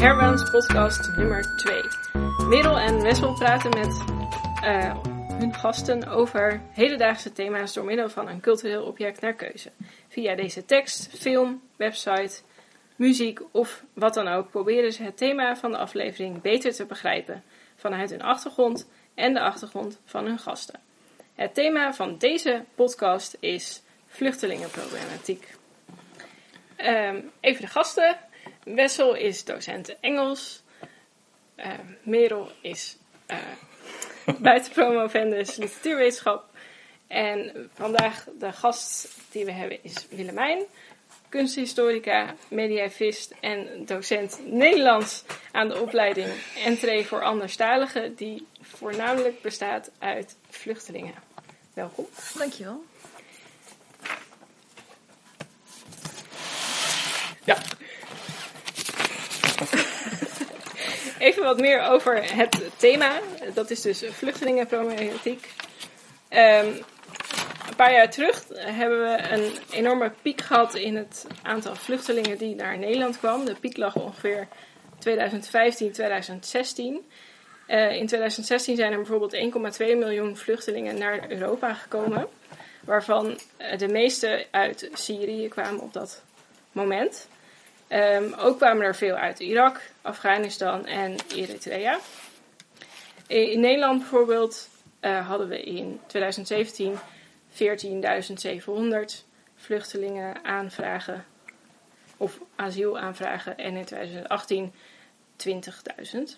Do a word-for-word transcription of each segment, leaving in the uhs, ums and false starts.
Herbrandts podcast nummer twee. Merel en Wessel praten met uh, hun gasten over hedendaagse thema's door middel van een cultureel object naar keuze. Via deze tekst, film, website, muziek of wat dan ook proberen ze het thema van de aflevering beter te begrijpen vanuit hun achtergrond en de achtergrond van hun gasten. Het thema van deze podcast is vluchtelingenproblematiek. Um, even de gasten. Wessel is docent Engels. Uh, Merel is uh, buitenpromovendus literatuurwetenschap. En vandaag de gast die we hebben is Willemijn, kunsthistorica, mediavist en docent Nederlands aan de opleiding Entree voor Anderstaligen, die voornamelijk bestaat uit vluchtelingen. Welkom. Dankjewel. Ja. Even wat meer over het thema. Dat is dus vluchtelingenproblematiek. Um, een paar jaar terug hebben we een enorme piek gehad in het aantal vluchtelingen die naar Nederland kwam. De piek lag ongeveer twintig vijftien, twintig zestien. Uh, in twintig zestien zijn er bijvoorbeeld één komma twee miljoen vluchtelingen naar Europa gekomen. Waarvan de meeste uit Syrië kwamen op dat moment. Um, ook kwamen er veel uit Irak, Afghanistan en Eritrea. In Nederland bijvoorbeeld uh, hadden we in twintig zeventien veertienduizend zevenhonderd vluchtelingen aanvragen of asiel aanvragen en in twintig achttien twintigduizend.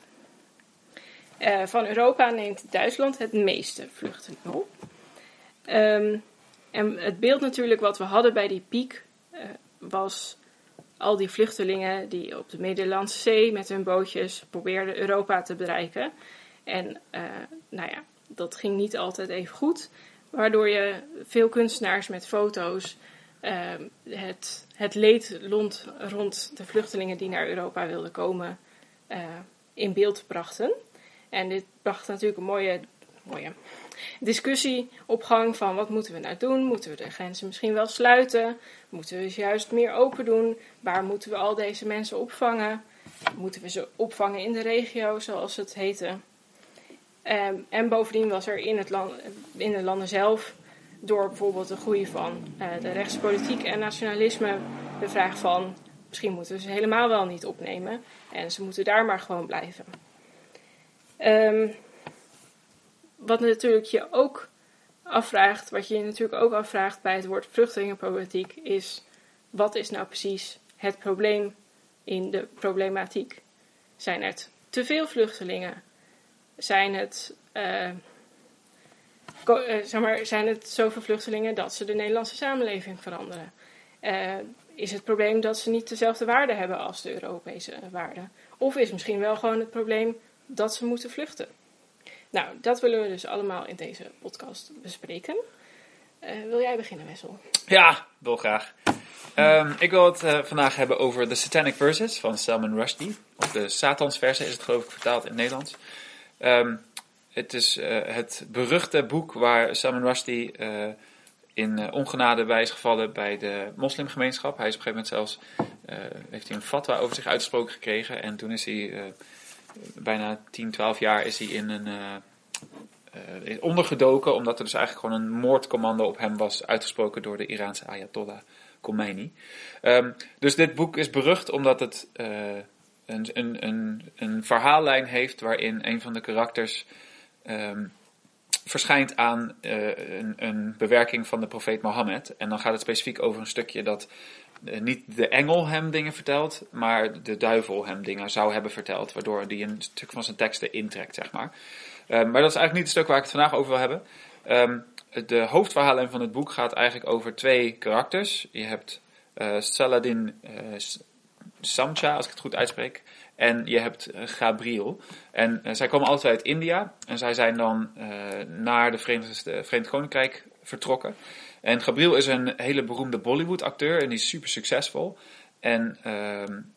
Uh, van Europa neemt Duitsland het meeste vluchtelingen op. Um, en het beeld natuurlijk wat we hadden bij die piek uh, was al die vluchtelingen die op de Middellandse Zee met hun bootjes probeerden Europa te bereiken. En uh, nou ja, dat ging niet altijd even goed. Waardoor je veel kunstenaars met foto's uh, het, het leed rond, rond de vluchtelingen die naar Europa wilden komen uh, in beeld brachten. En dit bracht natuurlijk een mooie, mooie discussie op gang van wat moeten we nou doen? Moeten we de grenzen misschien wel sluiten? Moeten we ze juist meer open doen? Waar moeten we al deze mensen opvangen? Moeten we ze opvangen in de regio, zoals het heette? Um, en bovendien was er in, het land, in de landen zelf, door bijvoorbeeld de groei van uh, de rechtspolitiek en nationalisme, de vraag van misschien moeten we ze helemaal wel niet opnemen en ze moeten daar maar gewoon blijven. Um, wat natuurlijk je ook afvraagt, wat je je natuurlijk ook afvraagt bij het woord vluchtelingenproblematiek, is wat is nou precies het probleem in de problematiek? Zijn het te veel vluchtelingen? Zijn het, uh, ko- uh, zeg maar, zijn het zoveel vluchtelingen dat ze de Nederlandse samenleving veranderen? Uh, is het probleem dat ze niet dezelfde waarde hebben als de Europese waarden? Of is misschien wel gewoon het probleem dat ze moeten vluchten? Nou, dat willen we dus allemaal in deze podcast bespreken. Uh, wil jij beginnen, Wessel? Ja, dolgraag. Um, ik wil het uh, vandaag hebben over de Satanic Verses van Salman Rushdie. Of de Satansversen is het geloof ik vertaald in het Nederlands. Um, het is uh, het beruchte boek waar Salman Rushdie uh, in uh, ongenade bij is gevallen bij de moslimgemeenschap. Hij is op een gegeven moment zelfs, uh, heeft hij een fatwa over zich uitgesproken gekregen. En toen is hij uh, bijna tien, twaalf jaar is hij in een... Uh, Uh, ondergedoken, omdat er dus eigenlijk gewoon een moordcommando op hem was uitgesproken door de Iraanse Ayatollah Khomeini. Um, dus dit boek is berucht omdat het uh, een, een, een, een verhaallijn heeft waarin een van de karakters um, verschijnt aan uh, een, een bewerking van de profeet Mohammed. En dan gaat het specifiek over een stukje dat uh, niet de engel hem dingen vertelt, maar de duivel hem dingen zou hebben verteld, waardoor hij een stuk van zijn teksten intrekt, zeg maar. Uh, maar dat is eigenlijk niet het stuk waar ik het vandaag over wil hebben. Um, de hoofdverhaallijn van het boek gaat eigenlijk over twee karakters. Je hebt uh, Saladin uh, Samcha, als ik het goed uitspreek. En je hebt uh, Gabriel. En uh, zij komen altijd uit India. En zij zijn dan uh, naar de Verenigde, Verenigd Koninkrijk vertrokken. En Gabriel is een hele beroemde Bollywood acteur. En die is super succesvol. En uh,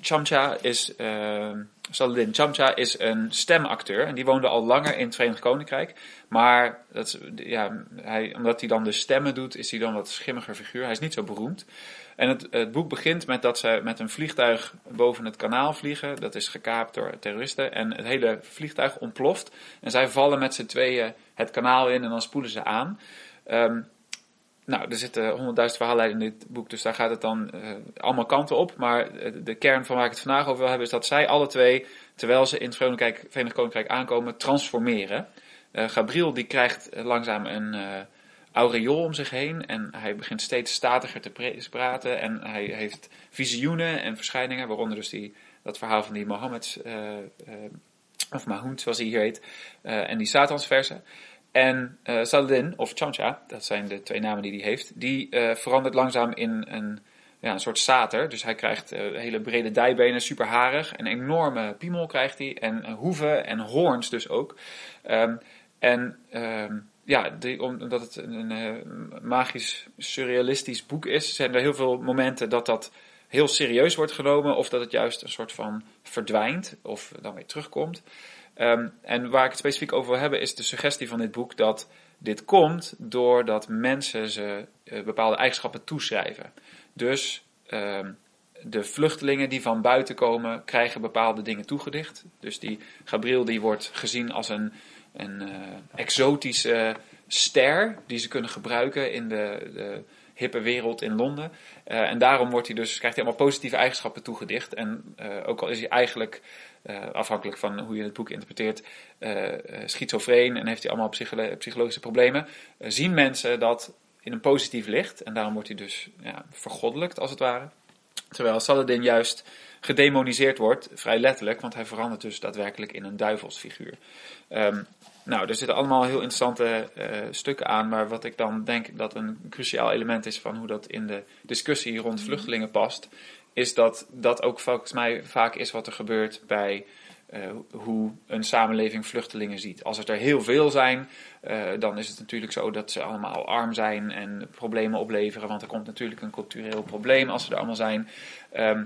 Chamcha is, uh, Saladin Chamcha is een stemacteur en die woonde al langer in het Verenigd Koninkrijk. Maar dat is, ja, hij, omdat hij dan de stemmen doet, is hij dan wat schimmiger figuur. Hij is niet zo beroemd. En het, het boek begint met dat ze met een vliegtuig boven het kanaal vliegen. Dat is gekaapt door terroristen. En het hele vliegtuig ontploft. En zij vallen met z'n tweeën het kanaal in en dan spoelen ze aan. Um, nou, er zitten honderdduizend verhaallijnen in dit boek, dus daar gaat het dan uh, allemaal kanten op. Maar de kern van waar ik het vandaag over wil hebben, is dat zij alle twee, terwijl ze in het Verenigd, Verenigd Koninkrijk aankomen, transformeren. Uh, Gabriel die krijgt langzaam een uh, aureool om zich heen en hij begint steeds statiger te pre- praten. En hij heeft visioenen en verschijningen, waaronder dus die, dat verhaal van die Mohammed, uh, uh, of Mahound zoals hij hier heet, uh, en die Satansversen. En uh, Saladin, of Chamcha, dat zijn de twee namen die hij heeft, die uh, verandert langzaam in een, ja, een soort sater. Dus hij krijgt uh, hele brede dijbenen, super harig, een enorme piemel krijgt hij, en uh, hoeven en hoorns dus ook. Um, en um, ja, die, omdat het een, een uh, magisch, surrealistisch boek is, zijn er heel veel momenten dat dat heel serieus wordt genomen, of dat het juist een soort van verdwijnt, of dan weer terugkomt. Um, en waar ik het specifiek over wil hebben is de suggestie van dit boek dat dit komt doordat mensen ze uh, bepaalde eigenschappen toeschrijven. Dus um, de vluchtelingen die van buiten komen krijgen bepaalde dingen toegedicht. Dus die Gabriel die wordt gezien als een, een uh, exotische ster die ze kunnen gebruiken in de, de hippe wereld in Londen. Uh, en daarom wordt hij dus, krijgt hij allemaal positieve eigenschappen toegedicht. En uh, ook al is hij eigenlijk, uh, afhankelijk van hoe je het boek interpreteert, uh, uh, schizofreen en heeft hij allemaal psycholo- psychologische problemen, uh, zien mensen dat in een positief licht. En daarom wordt hij dus ja, vergoddelijkt, als het ware. Terwijl Saladin juist gedemoniseerd wordt, vrij letterlijk, want hij verandert dus daadwerkelijk in een duivelsfiguur. Um, nou, er zitten allemaal heel interessante uh, stukken aan, maar wat ik dan denk dat een cruciaal element is van hoe dat in de discussie rond vluchtelingen past, is dat dat ook volgens mij vaak is wat er gebeurt bij uh, hoe een samenleving vluchtelingen ziet. Als er heel veel zijn, uh, dan is het natuurlijk zo dat ze allemaal arm zijn en problemen opleveren, want er komt natuurlijk een cultureel probleem als ze er allemaal zijn. Um,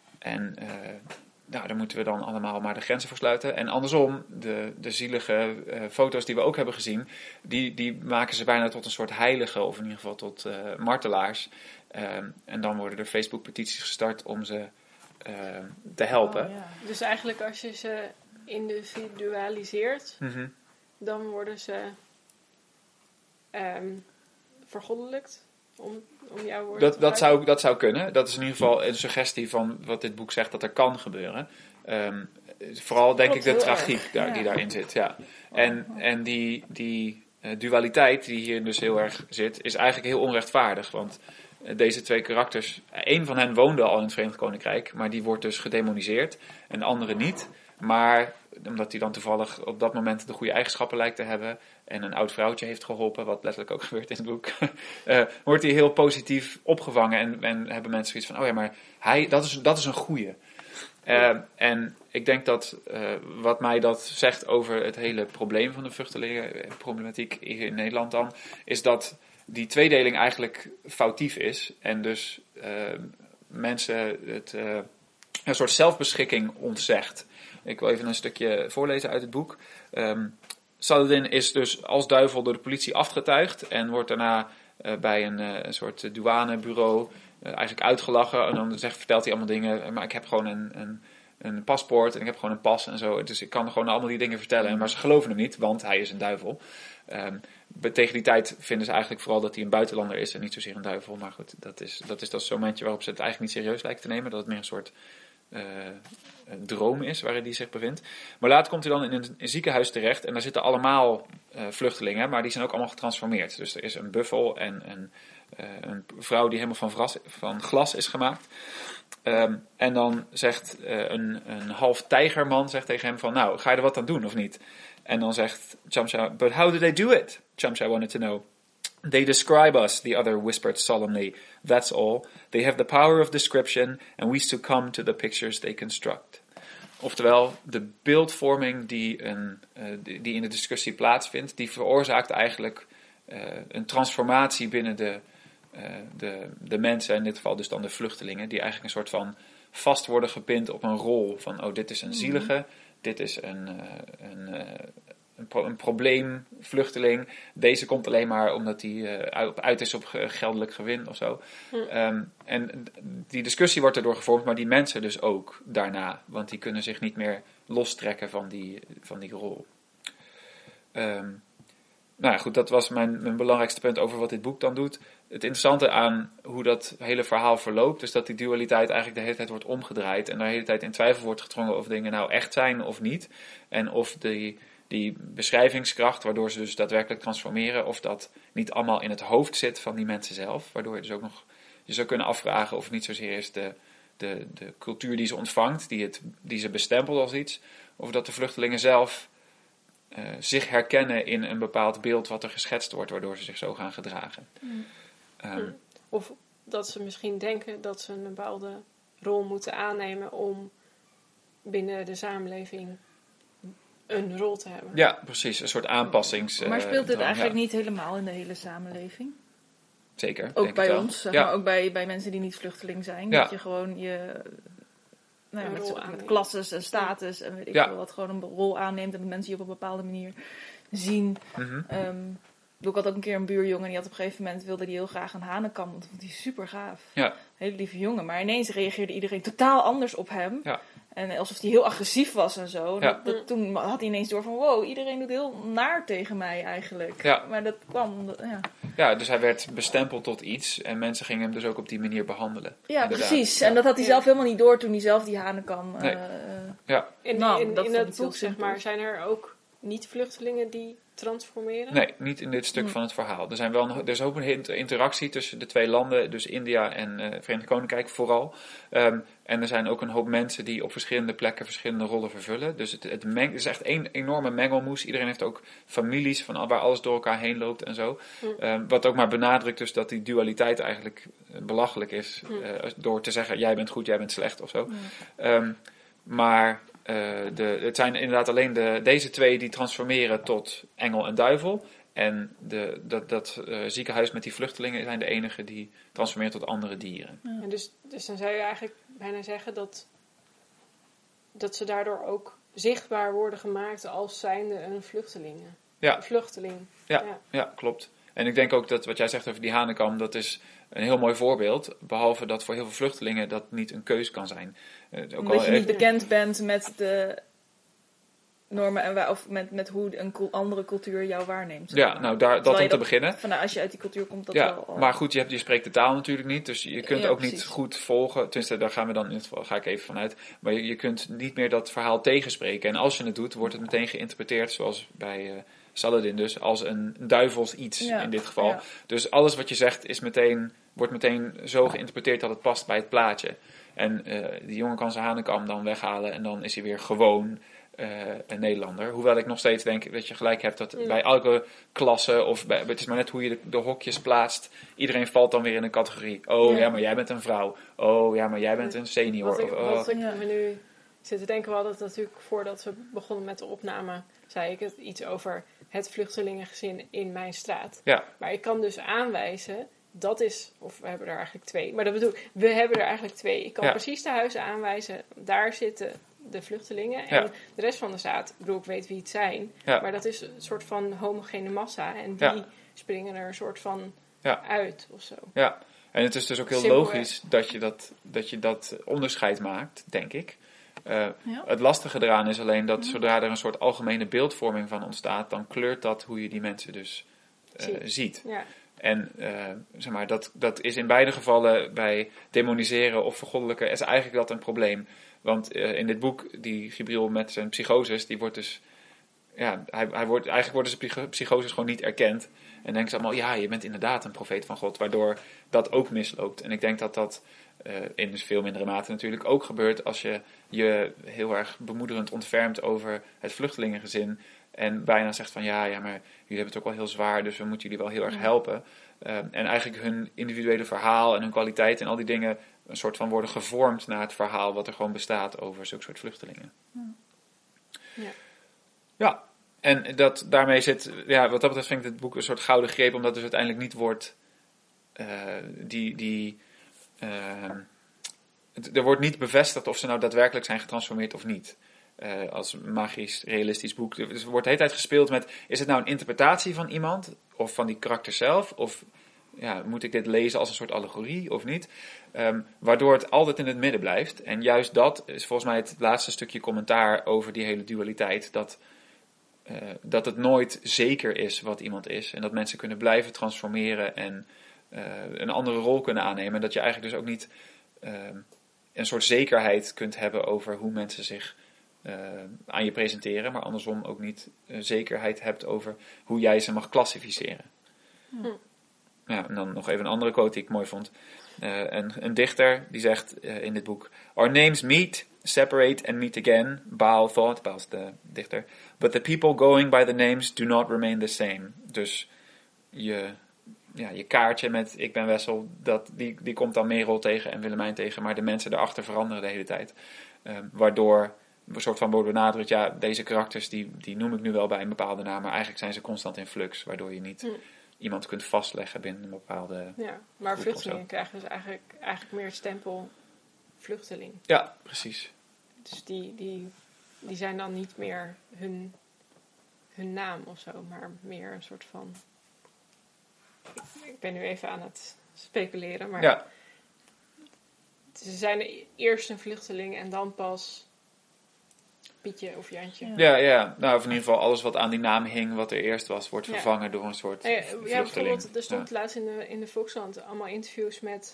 en uh, nou, daar moeten we dan allemaal maar de grenzen voor sluiten. En andersom, de, de zielige uh, foto's die we ook hebben gezien, die, die maken ze bijna tot een soort heilige, of in ieder geval tot uh, martelaars. Um, en dan worden er Facebook-petities gestart om ze uh, te helpen. Oh, ja. Dus eigenlijk als je ze individualiseert, Mm-hmm. dan worden ze um, vergoddelijkt, om, om jouw woord Dat, te dat, gebruiken. zou, dat zou kunnen. Dat is in ieder geval een suggestie van wat dit boek zegt dat er kan gebeuren. Um, vooral denk Klopt, ik de heel tragiek erg. daar, Ja. die daarin zit. Ja. En, en die, die uh, dualiteit die hier dus heel erg zit, is eigenlijk heel onrechtvaardig. Want uh, deze twee karakters, één van hen woonde al in het Verenigd Koninkrijk, maar die wordt dus gedemoniseerd en de andere niet. Maar omdat hij dan toevallig op dat moment de goede eigenschappen lijkt te hebben en een oud vrouwtje heeft geholpen, wat letterlijk ook gebeurt in het boek, uh, wordt hij heel positief opgevangen en, en hebben mensen zoiets van, oh ja, maar hij, dat is, dat is een goeie. Uh, en ik denk dat uh, wat mij dat zegt over het hele probleem van de vluchtelingenproblematiek hier in Nederland dan, is dat die tweedeling eigenlijk foutief is en dus uh, mensen het uh, een soort zelfbeschikking ontzegt. Ik wil even een stukje voorlezen uit het boek. Um, Saladin is dus als duivel door de politie afgetuigd en wordt daarna uh, bij een, uh, een soort douanebureau uh, eigenlijk uitgelachen. En dan zegt, vertelt hij allemaal dingen, maar ik heb gewoon een, een, een paspoort en ik heb gewoon een pas en zo. Dus ik kan gewoon allemaal die dingen vertellen. Maar ze geloven hem niet, want hij is een duivel. Um, tegen die tijd vinden ze eigenlijk vooral dat hij een buitenlander is en niet zozeer een duivel. Maar goed, dat is, dat is dat zo'n momentje waarop ze het eigenlijk niet serieus lijken te nemen. Dat het meer een soort Uh, een droom is waarin hij zich bevindt. Maar later komt hij dan in een, een ziekenhuis terecht en daar zitten allemaal uh, vluchtelingen, maar die zijn ook allemaal getransformeerd. Dus er is een buffel en een, uh, een vrouw die helemaal van, vras, van glas is gemaakt. Um, en dan zegt uh, een, een half tijgerman zegt tegen hem van, nou, ga je er wat aan doen of niet? En dan zegt Chamcha, but how did they do it? Chamcha wanted to know. They describe us, the other whispered solemnly. That's all. They have the power of description, and we succumb to the pictures they construct. Oftewel, de beeldvorming die, een, uh, die, die in de discussie plaatsvindt, die veroorzaakt eigenlijk uh, een transformatie binnen de, uh, de, de mensen, in dit geval dus dan de vluchtelingen, die eigenlijk een soort van vast worden gepind op een rol. Van, oh, dit is een zielige, dit is een, uh, een, uh, een, pro- een probleemvluchteling. Deze komt alleen maar omdat hij uh, uit is op geldelijk gewin of zo. Mm. Um, en die discussie wordt erdoor gevormd, maar die mensen dus ook daarna. Want die kunnen zich niet meer lostrekken van die, van die rol. Um, nou ja, goed, dat was mijn, mijn belangrijkste punt over wat dit boek dan doet. Het interessante aan hoe dat hele verhaal verloopt, is dat die dualiteit eigenlijk de hele tijd wordt omgedraaid. En de hele tijd in twijfel wordt gedrongen of dingen nou echt zijn of niet. En of die, die beschrijvingskracht, waardoor ze dus daadwerkelijk transformeren, of dat niet allemaal in het hoofd zit van die mensen zelf. Waardoor je dus ook nog, je zou kunnen afvragen of het niet zozeer is de, de, de cultuur die ze ontvangt, die, het, die ze bestempelt als iets. Of dat de vluchtelingen zelf Uh, zich herkennen in een bepaald beeld wat er geschetst wordt, waardoor ze zich zo gaan gedragen. Mm. Um, of dat ze misschien denken dat ze een bepaalde rol moeten aannemen om binnen de samenleving een rol te hebben. Ja, precies. Een soort aanpassings... Maar speelt dit uh, eigenlijk ja. niet helemaal in de hele samenleving? Zeker. Ook bij denk ons, zeg ja. maar. Ook bij, bij mensen die niet vluchteling zijn. Ja. Dat je gewoon je... Nou ja, met, met klasses en status en weet ik ja. veel wat, gewoon een rol aanneemt en dat mensen je op een bepaalde manier zien. Mm-hmm. Um, ik had ook een keer een buurjongen die had op een gegeven moment wilde die heel graag een hanekam, want dat vond hij super gaaf. Ja. Hele lieve jongen, maar ineens reageerde iedereen totaal anders op hem. Ja. En alsof hij heel agressief was en zo. Ja. Dat, dat, toen had hij ineens door van wow, iedereen doet heel naar tegen mij eigenlijk. Ja. Maar dat kwam omdat, ja. Ja, dus hij werd bestempeld tot iets en mensen gingen hem dus ook op die manier behandelen. Ja, inderdaad. precies. Ja. En dat had hij zelf helemaal niet door toen hij zelf die hanekam... Nee. Uh, ja. In, nou, in, dat in het boek, zeg maar, simpel. zijn er ook niet-vluchtelingen die transformeren? Nee, niet in dit stuk Hm. van het verhaal. Er, zijn wel een, er is ook een interactie tussen de twee landen, dus India en uh, Verenigd Koninkrijk vooral. Um, en er zijn ook een hoop mensen die op verschillende plekken verschillende rollen vervullen. Dus het, het, meng, het is echt een enorme mengelmoes. Iedereen heeft ook families van waar alles door elkaar heen loopt en zo. Hm. Um, wat ook maar benadrukt dus dat die dualiteit eigenlijk belachelijk is. Hm. Uh, door te zeggen, jij bent goed, jij bent slecht of zo. Hm. Um, maar... Uh, de, het zijn inderdaad alleen de, deze twee die transformeren tot engel en duivel. En de, dat, dat uh, ziekenhuis met die vluchtelingen zijn de enige die transformeren tot andere dieren. Ja. En dus, dus dan zou je eigenlijk bijna zeggen dat, dat ze daardoor ook zichtbaar worden gemaakt als zijnde een vluchtelingen. Ja. Een vluchteling. Ja, ja. ja, klopt. En ik denk ook dat wat jij zegt over die hanekam, dat is een heel mooi voorbeeld. Behalve dat voor heel veel vluchtelingen dat niet een keus kan zijn. Uh, ook Omdat al je niet even... bekend bent met de normen en wa- of met, met hoe een co- andere cultuur jou waarneemt. Ja, nou daar, dat om te dat, beginnen. Van, nou, als je uit die cultuur komt, dat Ja, wel... maar goed, je, hebt, je spreekt de taal natuurlijk niet, dus je kunt Ja, ook precies. niet goed volgen. Tenminste, daar gaan we dan in het geval, ga ik even vanuit. Maar je, je kunt niet meer dat verhaal tegenspreken. En als je het doet, wordt het meteen geïnterpreteerd, zoals bij uh, Saladin dus, als een duivels iets Ja, in dit geval. ja. Dus alles wat je zegt is meteen, wordt meteen zo geïnterpreteerd dat het past bij het plaatje. En uh, die jongen kan zijn hanekam dan weghalen en dan is hij weer gewoon uh, een Nederlander. Hoewel ik nog steeds denk dat je gelijk hebt dat Ja. bij elke klasse, of bij, het is maar net hoe je de, de hokjes plaatst, iedereen valt dan weer in een categorie. Oh ja, Ja. maar jij bent een vrouw. Oh ja, maar jij bent een senior. Wat ik, Of, oh. wat ik Ja. me nu zit te denken, we hadden het natuurlijk voordat we begonnen met de opname, zei ik het iets over het vluchtelingengezin in mijn straat. Ja, Maar ik kan dus aanwijzen, dat is, of we hebben er eigenlijk twee, maar dat bedoel ik, we hebben er eigenlijk twee. Ik kan Ja. precies de huizen aanwijzen, daar zitten de vluchtelingen. En Ja. de rest van de straat, ik bedoel, ik weet wie het zijn, Ja. maar dat is een soort van homogene massa. En die Ja. springen er een soort van Ja. uit of zo. ja. En het is dus ook heel Simpel, logisch dat je dat, dat je dat onderscheid maakt, denk ik. Uh, Ja. Het lastige eraan is alleen dat zodra er een soort algemene beeldvorming van ontstaat, dan kleurt dat hoe je die mensen dus uh, Zie. ziet. Ja. En uh, zeg maar, dat, dat is in beide gevallen bij demoniseren of vergoddelijken, is eigenlijk dat een probleem. Want uh, in dit boek, die Gibriel met zijn psychoses, die wordt dus, ja, hij, hij wordt, eigenlijk worden zijn psycho- psychoses gewoon niet erkend. En denken ze allemaal, ja, je bent inderdaad een profeet van God, waardoor dat ook misloopt. En ik denk dat dat uh, in dus veel mindere mate natuurlijk ook gebeurt als je je heel erg bemoederend ontfermt over het vluchtelingengezin. En bijna zegt van ja, ja, maar jullie hebben het ook wel heel zwaar, dus we moeten jullie wel heel erg helpen. Uh, en eigenlijk hun individuele verhaal en hun kwaliteit en al die dingen een soort van worden gevormd naar het verhaal wat er gewoon bestaat over zulke soort vluchtelingen. Ja. Ja, en dat, daarmee zit, ja, wat dat betreft vind ik dit boek een soort gouden greep, omdat het dus uiteindelijk niet wordt uh, die, die uh, het, er wordt niet bevestigd of ze nou daadwerkelijk zijn getransformeerd of niet. Uh, als magisch, realistisch boek. Dus er wordt de hele tijd gespeeld met, is het nou een interpretatie van iemand? Of van die karakter zelf? Of ja, moet ik dit lezen als een soort allegorie of niet? Um, waardoor het altijd in het midden blijft. En juist dat is volgens mij het laatste stukje commentaar over die hele dualiteit. Dat, uh, dat het nooit zeker is wat iemand is. En dat mensen kunnen blijven transformeren en uh, een andere rol kunnen aannemen. En dat je eigenlijk dus ook niet uh, een soort zekerheid kunt hebben over hoe mensen zich uh, aan je presenteren. Maar andersom ook niet uh, zekerheid hebt over hoe jij ze mag klassificeren. Hm. Ja, en dan nog even een andere quote die ik mooi vond. Uh, een, een dichter die zegt uh, in dit boek: Our names meet, separate and meet again. Baal thought, Baal is de dichter. But the people going by the names do not remain the same. Dus je, ja, je kaartje met ik ben Wessel, dat, die, die komt dan Merel tegen en Willemijn tegen. Maar de mensen daarachter veranderen de hele tijd. Uh, waardoor een soort van wordt benadrukt, ja, deze karakters die, die noem ik nu wel bij een bepaalde naam. Maar eigenlijk zijn ze constant in flux. Waardoor je niet... Hm. iemand kunt vastleggen binnen een bepaalde... Ja, maar vluchtelingen krijgen dus eigenlijk, eigenlijk meer het stempel vluchteling. Ja, precies. Dus die, die, die zijn dan niet meer hun, hun naam of zo, maar meer een soort van... Ik, ik ben nu even aan het speculeren, maar... Ja. Ze zijn eerst een vluchteling en dan pas... Pietje of Jantje. Ja. ja, ja. Nou, of in ieder geval alles wat aan die naam hing, wat er eerst was, wordt vervangen ja. door een soort ja, vluchteling. Ja, bijvoorbeeld, er stond ja. laatst in de, in de Volkskrant allemaal interviews met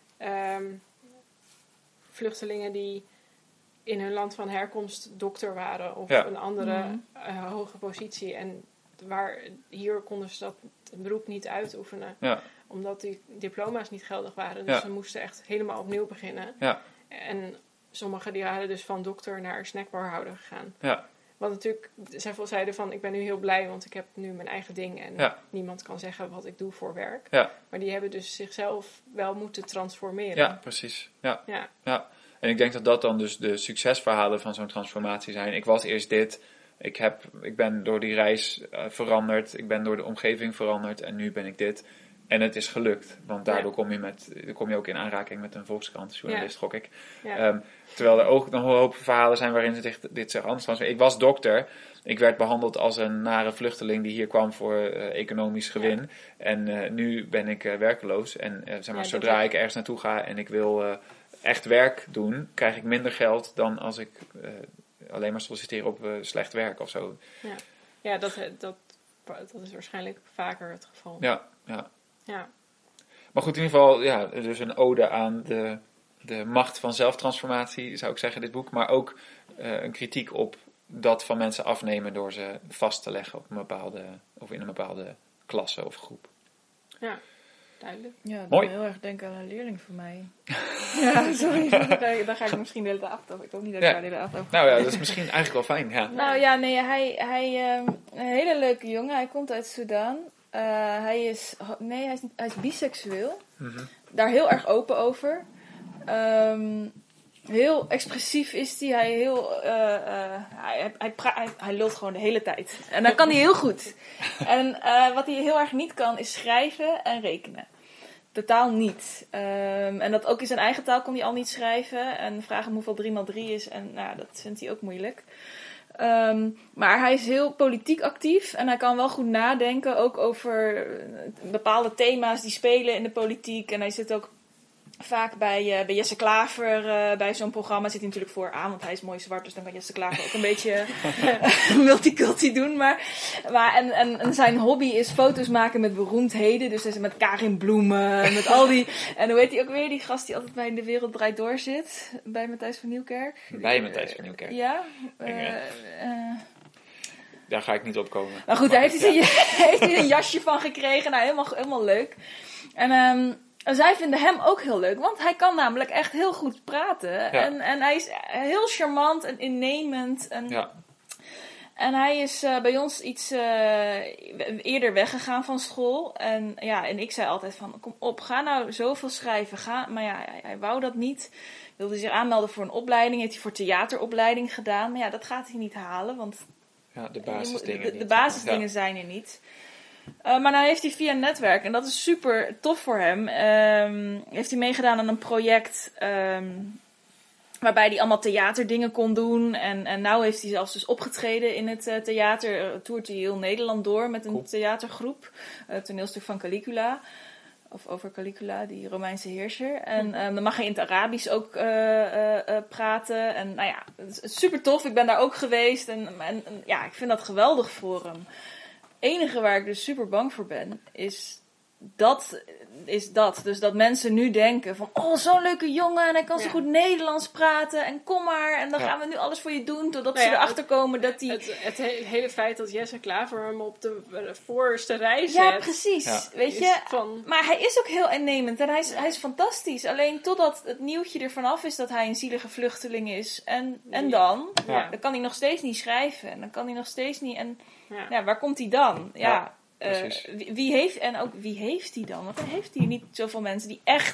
um, vluchtelingen die in hun land van herkomst dokter waren of ja. een andere mm-hmm. uh, hoge positie. En waar hier konden ze dat beroep niet uitoefenen, ja. omdat die diploma's niet geldig waren. Dus ja. ze moesten echt helemaal opnieuw beginnen. Ja. En sommigen die waren dus van dokter naar snackbarhouder gegaan. Ja. Want natuurlijk, zij zeiden van, ik ben nu heel blij, want ik heb nu mijn eigen ding. En ja. niemand kan zeggen wat ik doe voor werk. Ja. Maar die hebben dus zichzelf wel moeten transformeren. Ja, precies. Ja. Ja. Ja. En ik denk dat dat dan dus de succesverhalen van zo'n transformatie zijn. Ik was eerst dit, ik, heb, ik ben door die reis uh, veranderd, ik ben door de omgeving veranderd en nu ben ik dit. En het is gelukt, want daardoor ja. kom je, met, kom je ook in aanraking met een Volkskrant-journalist, ja. gok ik. Ja. Um, terwijl er ook nog een hoop verhalen zijn waarin ze dit, dit zich anders transformeren. Ik was dokter, ik werd behandeld als een nare vluchteling die hier kwam voor uh, economisch gewin. Ja. En uh, nu ben ik uh, werkeloos. En uh, zeg maar, ja, zodra ik ergens naartoe ga en ik wil uh, echt werk doen, krijg ik minder geld dan als ik uh, alleen maar solliciteer op uh, slecht werk of zo. Ja, ja dat, dat, dat is waarschijnlijk vaker het geval. Ja, ja. Ja. Maar goed, in ieder geval, ja, dus een ode aan de, de macht van zelftransformatie, zou ik zeggen, dit boek. Maar ook uh, een kritiek op dat van mensen afnemen door ze vast te leggen op een bepaalde, of in een bepaalde klasse of groep. Ja, duidelijk. Ja, dat Mooi. doet me heel erg denken aan een leerling van mij. ja, sorry. Daar ga ik misschien de hele dag af. Ik hoop niet dat ik ja. daar de hele dag over. Nou ja, dat is misschien eigenlijk wel fijn. Ja. Nou ja, nee, hij, hij um, een hele leuke jongen. Hij komt uit Sudan. Uh, hij is, nee, hij is, niet, hij is biseksueel. Mm-hmm. Daar heel erg open over. Um, heel expressief is hij. Hij, heel, uh, uh, hij, hij, pra- hij, hij lult gewoon de hele tijd. En dat kan hij heel goed. En uh, wat hij heel erg niet kan, is schrijven en rekenen. Totaal niet. Um, en dat ook in zijn eigen taal kon hij al niet schrijven. En vragen hem hoeveel drie maal drie is. En nou, dat vindt hij ook moeilijk. Um, maar hij is heel politiek actief en hij kan wel goed nadenken ook over bepaalde thema's die spelen in de politiek. En hij zit ook vaak bij, uh, bij Jesse Klaver uh, bij zo'n programma. Zit hij natuurlijk vooraan, want hij is mooi zwart, dus dan kan Jesse Klaver ook een beetje multiculti doen. Maar, maar en, en, en zijn hobby is foto's maken met beroemdheden. Dus hij is met Karin Bloemen, met al die... En hoe heet hij ook weer, die gast die altijd bij De Wereld Draait Door zit? Bij Matthijs van Nieuwkerk. Bij Matthijs van Nieuwkerk. Ja. Uh, uh, Daar ga ik niet op komen. Maar goed, maar, daar heeft hij, ja. heeft hij een jasje van gekregen. Nou, helemaal, helemaal leuk. En... Um, En zij vinden hem ook heel leuk, want hij kan namelijk echt heel goed praten. Ja. En, en hij is heel charmant en innemend. En, ja. en hij is uh, bij ons iets uh, eerder weggegaan van school. En, ja, en ik zei altijd van, kom op, ga nou zoveel schrijven. Ga. Maar ja, hij, hij wou dat niet. Wilde zich aanmelden voor een opleiding. Heeft hij voor theateropleiding gedaan. Maar ja, dat gaat hij niet halen, want ja, de basisdingen, de, de, de basisdingen ja. zijn er niet. Uh, maar nou heeft hij via een netwerk, en dat is super tof voor hem, um, heeft hij meegedaan aan een project um, waarbij hij allemaal theaterdingen kon doen. En, en nou heeft hij zelfs dus opgetreden in het uh, theater, uh, toert hij heel Nederland door met een cool. theatergroep, uh, toneelstuk van Caligula. Of over Caligula, die Romeinse heerser. En um, dan mag hij in het Arabisch ook uh, uh, uh, praten. En nou ja, het is super tof. Ik ben daar ook geweest. En, en, en ja, ik vind dat geweldig voor hem. Het enige waar ik dus super bang voor ben, is dat, is dat. Dus dat mensen nu denken van, oh, zo'n leuke jongen en hij kan zo ja. goed Nederlands praten en kom maar en dan ja. gaan we nu alles voor je doen, totdat nou ja, ze erachter komen dat hij... Het, het, het hele feit dat Jesse Klaver hem op de voorste rij zet. Ja, precies. Ja. Weet je, van... maar hij is ook heel innemend en hij is, hij is fantastisch. Alleen totdat het nieuwtje er vanaf is dat hij een zielige vluchteling is en, en ja. dan, ja. dan kan hij nog steeds niet schrijven en dan kan hij nog steeds niet... En ja. Ja, waar komt hij dan? Ja. ja. Uh, wie, wie heeft, en ook wie heeft die dan? Want dan heeft hij niet zoveel mensen die echt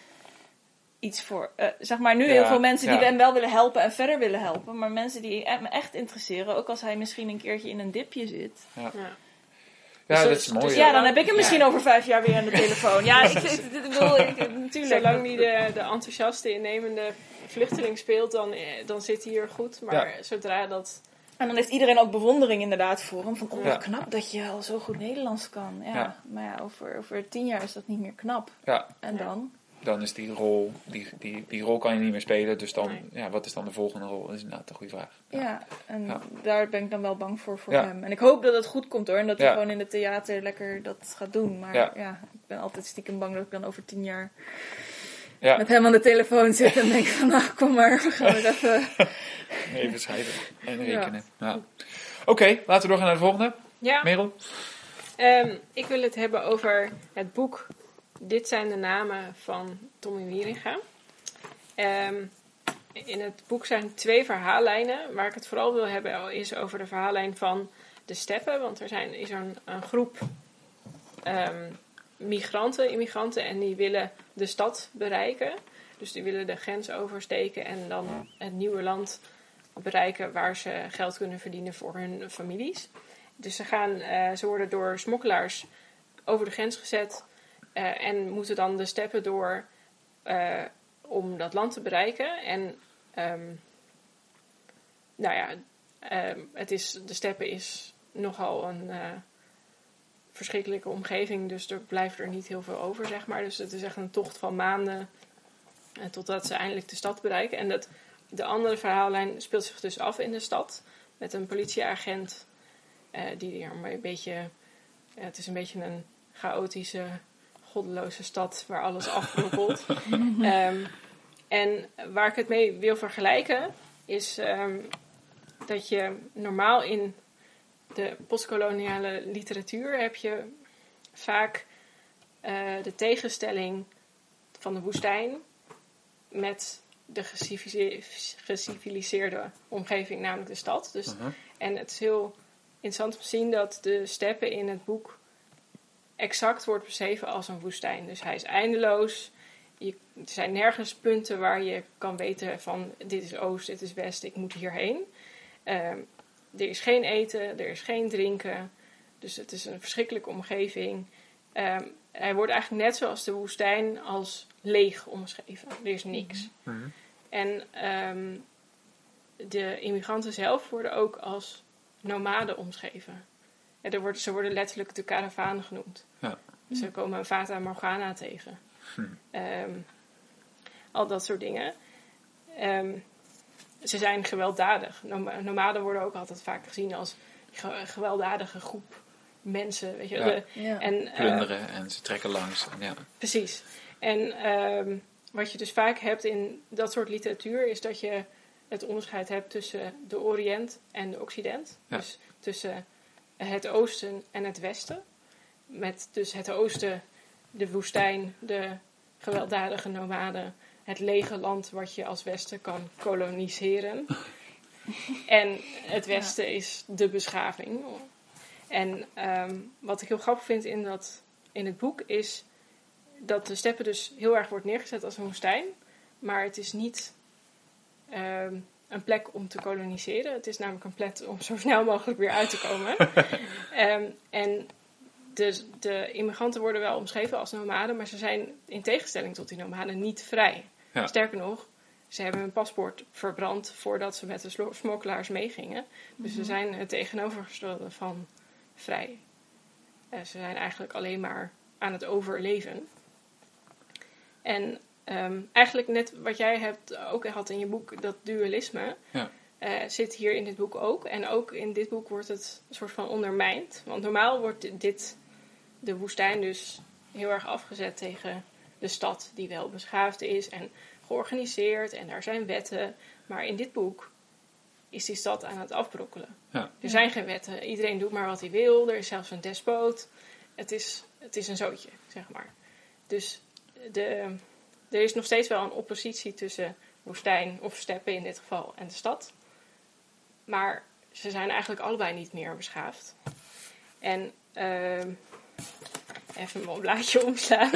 iets voor... Uh, zeg maar nu ja, heel veel mensen ja. die hem wel willen helpen en verder willen helpen. Maar mensen die me echt interesseren. Ook als hij misschien een keertje in een dipje zit. Ja, ja. ja dus, dat is mooi. Dus ja, dan heb ik hem misschien ja. over vijf jaar weer aan de telefoon. Ja, ik, ik, ik bedoel, ik, natuurlijk. Zolang hij de, de enthousiaste, innemende vluchteling speelt, dan, dan zit hij hier goed. Maar ja. zodra dat... En dan heeft iedereen ook bewondering inderdaad voor hem. Van, oh, wat ja. knap dat je al zo goed Nederlands kan. Ja, ja. Maar ja, over, over tien jaar is dat niet meer knap. Ja. En dan? Dan is die rol, die, die, die rol kan je niet meer spelen. Dus dan, nee. ja, wat is dan de volgende rol? Dat is inderdaad een goede vraag. Ja, ja en ja. daar ben ik dan wel bang voor, voor ja. hem. En ik hoop dat het goed komt hoor. En dat hij ja. gewoon in het theater lekker dat gaat doen. Maar ja. ja, ik ben altijd stiekem bang dat ik dan over tien jaar... Ja. met hem aan de telefoon zit en denk van, nou kom maar, we gaan er even... even schrijven en rekenen. Ja. Ja. Oké, okay, laten we doorgaan naar de volgende. Ja. Merel? Um, ik wil het hebben over het boek Dit zijn de namen van Tommy Wieringa. Um, in het boek zijn twee verhaallijnen. Waar ik het vooral wil hebben is over de verhaallijn van de steppen. Want er zijn, is een, een groep... Um, migranten, immigranten en die willen de stad bereiken. Dus die willen de grens oversteken en dan het nieuwe land bereiken waar ze geld kunnen verdienen voor hun families. Dus ze, gaan, uh, ze worden door smokkelaars over de grens gezet uh, en moeten dan de steppen door uh, om dat land te bereiken. En um, nou ja, uh, het is, de steppen is nogal een... Uh, verschrikkelijke omgeving, dus er blijft er niet heel veel over, zeg maar. Dus het is echt een tocht van maanden eh, totdat ze eindelijk de stad bereiken. En dat, de andere verhaallijn speelt zich dus af in de stad met een politieagent eh, die er maar een beetje... Eh, het is een beetje een chaotische, goddeloze stad waar alles afbrokkelt. um, en waar ik het mee wil vergelijken is um, dat je normaal in de postkoloniale literatuur heb je vaak uh, de tegenstelling van de woestijn met de geciviliseerde omgeving, namelijk de stad. Dus, uh-huh. En het is heel interessant om te zien dat de steppen in het boek exact wordt beschreven als een woestijn. Dus hij is eindeloos. Je, er zijn nergens punten waar je kan weten van dit is oost, dit is west, ik moet hierheen. Um, Er is geen eten, er is geen drinken. Dus het is een verschrikkelijke omgeving. Um, hij wordt eigenlijk net zoals de woestijn als leeg omschreven. Er is niks. Mm-hmm. En um, de immigranten zelf worden ook als nomaden omschreven. Ja, er wordt, ze worden letterlijk de karavaan genoemd. Ja. Ze komen een Fata Morgana tegen. Hm. Um, al dat soort dingen. Um, Ze zijn gewelddadig. Nomaden worden ook altijd vaak gezien als een gewelddadige groep mensen. Weet je, ja. de, ja. en, plunderen uh, en ze trekken langs. Ja. Precies. En um, wat je dus vaak hebt in dat soort literatuur is dat je het onderscheid hebt tussen de Oriënt en de Occident. Ja. Dus tussen het oosten en het westen. Met dus het oosten, de woestijn, de gewelddadige nomaden, het lege land wat je als westen kan koloniseren. En het westen ja. is de beschaving. En um, wat ik heel grappig vind in, dat, in het boek is dat de steppen dus heel erg wordt neergezet als een woestijn. Maar het is niet um, een plek om te koloniseren. Het is namelijk een plek om zo snel mogelijk weer uit te komen. um, en de, de immigranten worden wel omschreven als nomaden, maar ze zijn in tegenstelling tot die nomaden niet vrij. Ja. Sterker nog, ze hebben hun paspoort verbrand voordat ze met de slo- smokkelaars meegingen. Dus ze zijn het tegenovergestelde van vrij. Uh, ze zijn eigenlijk alleen maar aan het overleven. En um, eigenlijk net wat jij hebt ook had in je boek, dat dualisme, Ja. uh, zit hier in dit boek ook. En ook in dit boek wordt het een soort van ondermijnd. Want normaal wordt dit, de woestijn dus heel erg afgezet tegen de stad die wel beschaafd is en georganiseerd en daar zijn wetten. Maar in dit boek is die stad aan het afbrokkelen. Ja. Er zijn geen wetten. Iedereen doet maar wat hij wil. Er is zelfs een despoot. Het is, het is een zootje, zeg maar. Dus de, er is nog steeds wel een oppositie tussen woestijn of steppen in dit geval en de stad. Maar ze zijn eigenlijk allebei niet meer beschaafd. En uh, even mijn blaadje omslaan.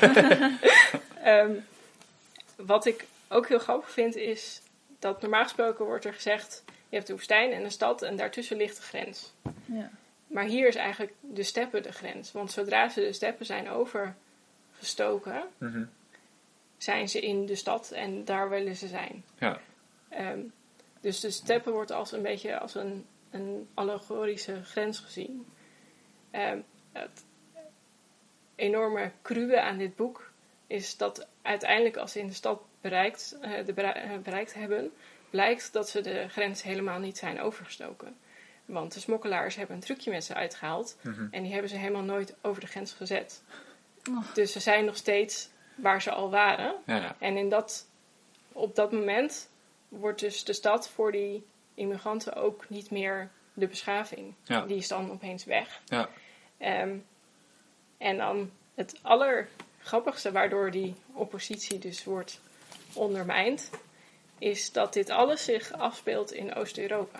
um, wat ik ook heel grappig vind is dat normaal gesproken wordt er gezegd, je hebt de woestijn en de stad en daartussen ligt de grens. Ja. Maar hier is eigenlijk de steppen de grens. Want zodra ze de steppen zijn overgestoken, Mm-hmm. zijn ze in de stad en daar willen ze zijn. Ja. Um, dus de steppen wordt als een beetje als een, een allegorische grens gezien. Um, het enorme cruwe aan dit boek is dat uiteindelijk als ze in de stad bereikt, uh, de bere- uh, bereikt hebben, blijkt dat ze de grens helemaal niet zijn overgestoken. Want de smokkelaars hebben een trucje met ze uitgehaald. Mm-hmm. En die hebben ze helemaal nooit over de grens gezet. Oh. Dus ze zijn nog steeds waar ze al waren. Ja, ja. En in dat, op dat moment wordt dus de stad voor die immigranten ook niet meer de beschaving. Ja. Die is dan opeens weg. Ja. Um, en dan het allergrappigste waardoor die oppositie dus wordt ondermijnd, is dat dit alles zich afspeelt in Oost-Europa.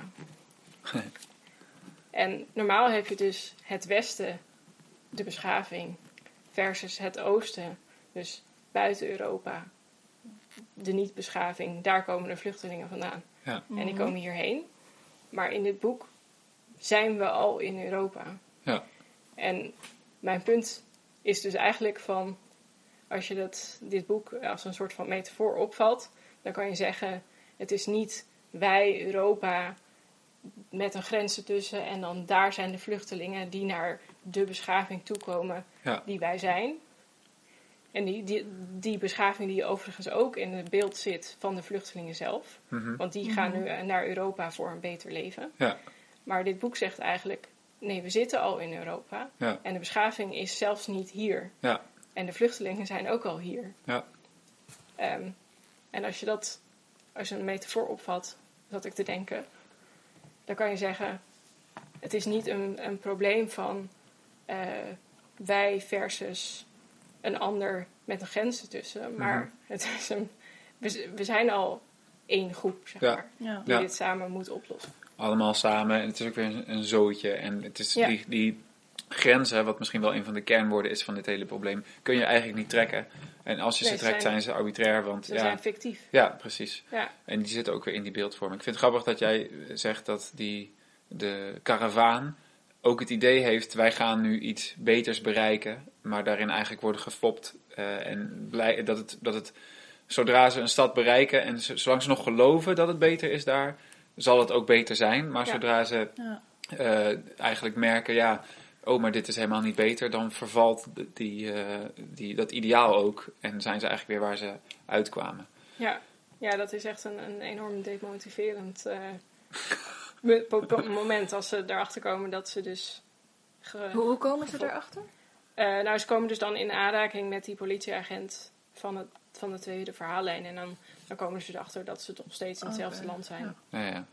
En normaal heb je dus het westen, de beschaving, versus het oosten, dus buiten Europa, de niet-beschaving. Daar komen de vluchtelingen vandaan. Ja. En die komen hierheen. Maar in dit boek zijn we al in Europa. Ja. En mijn punt is dus eigenlijk van, als je dat, dit boek als een soort van metafoor opvalt, dan kan je zeggen, het is niet wij, Europa, met een grens ertussen en dan daar zijn de vluchtelingen die naar de beschaving toekomen Ja. die wij zijn. En die, die, die beschaving die overigens ook in het beeld zit van de vluchtelingen zelf. Mm-hmm. Want die gaan nu naar Europa voor een beter leven. Ja. Maar dit boek zegt eigenlijk, nee, we zitten al in Europa. Ja. En de beschaving is zelfs niet hier. Ja. En de vluchtelingen zijn ook al hier. Ja. Um, en als je dat als je een metafoor opvat, zat ik te denken, dan kan je zeggen, het is niet een, een probleem van uh, wij versus een ander met een grens ertussen, maar Mm-hmm. het is een, we, we zijn al één groep, zeg Ja. maar, Ja. die Ja. dit samen moet oplossen. Allemaal samen. En het is ook weer een, een zootje. En het is Ja. die, die grenzen, wat misschien wel een van de kernwoorden is van dit hele probleem, kun je eigenlijk niet trekken. En als je Nee, ze ze trekt, zijn- zijn ze arbitrair. Want Ze ja, zijn fictief. ja, precies. Ja, En die zitten ook weer in die beeldvorming. Ik vind het grappig dat jij zegt dat die, de karavaan ook het idee heeft, wij gaan nu iets beters bereiken, maar daarin eigenlijk worden gefopt. Uh, en blij, dat, het, dat het, zodra ze een stad bereiken en z- zolang ze nog geloven dat het beter is daar, zal het ook beter zijn. Maar Ja. zodra ze Ja. uh, eigenlijk merken, ja, oh, maar dit is helemaal niet beter, dan vervalt die, uh, die, dat ideaal ook. En zijn ze eigenlijk weer waar ze uitkwamen. ja. ja dat is echt een, een enorm demotiverend uh, mo- po- moment als ze erachter komen dat ze dus... Ge- Hoe, hoe komen ze erachter? Uh, nou, ze komen dus dan in aanraking met die politieagent van, het, van de tweede verhaallijn. En dan, dan komen ze erachter dat ze toch steeds in hetzelfde Oké, land zijn. ja. Ja, ja.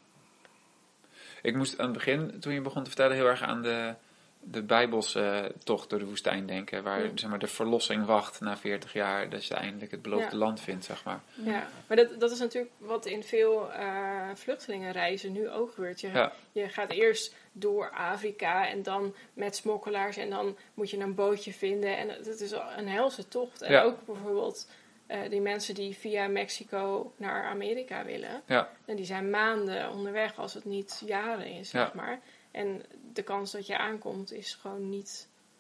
Ik moest aan het begin, toen je begon te vertellen, heel erg aan de, de Bijbelse tocht door de woestijn denken. Waar Ja. zeg maar, de verlossing wacht na veertig jaar, dat je eindelijk het beloofde Ja. land vindt, zeg maar. Ja, maar dat, dat is natuurlijk wat in veel uh, vluchtelingenreizen nu ook gebeurt. Je, Ja. je gaat eerst door Afrika en dan met smokkelaars en dan moet je een bootje vinden. En het is een helse tocht. En Ja. ook bijvoorbeeld uh, die mensen die via Mexico naar Amerika willen. Ja, En die zijn maanden onderweg als het niet jaren is, zeg Ja. maar. En de kans dat je aankomt is gewoon niet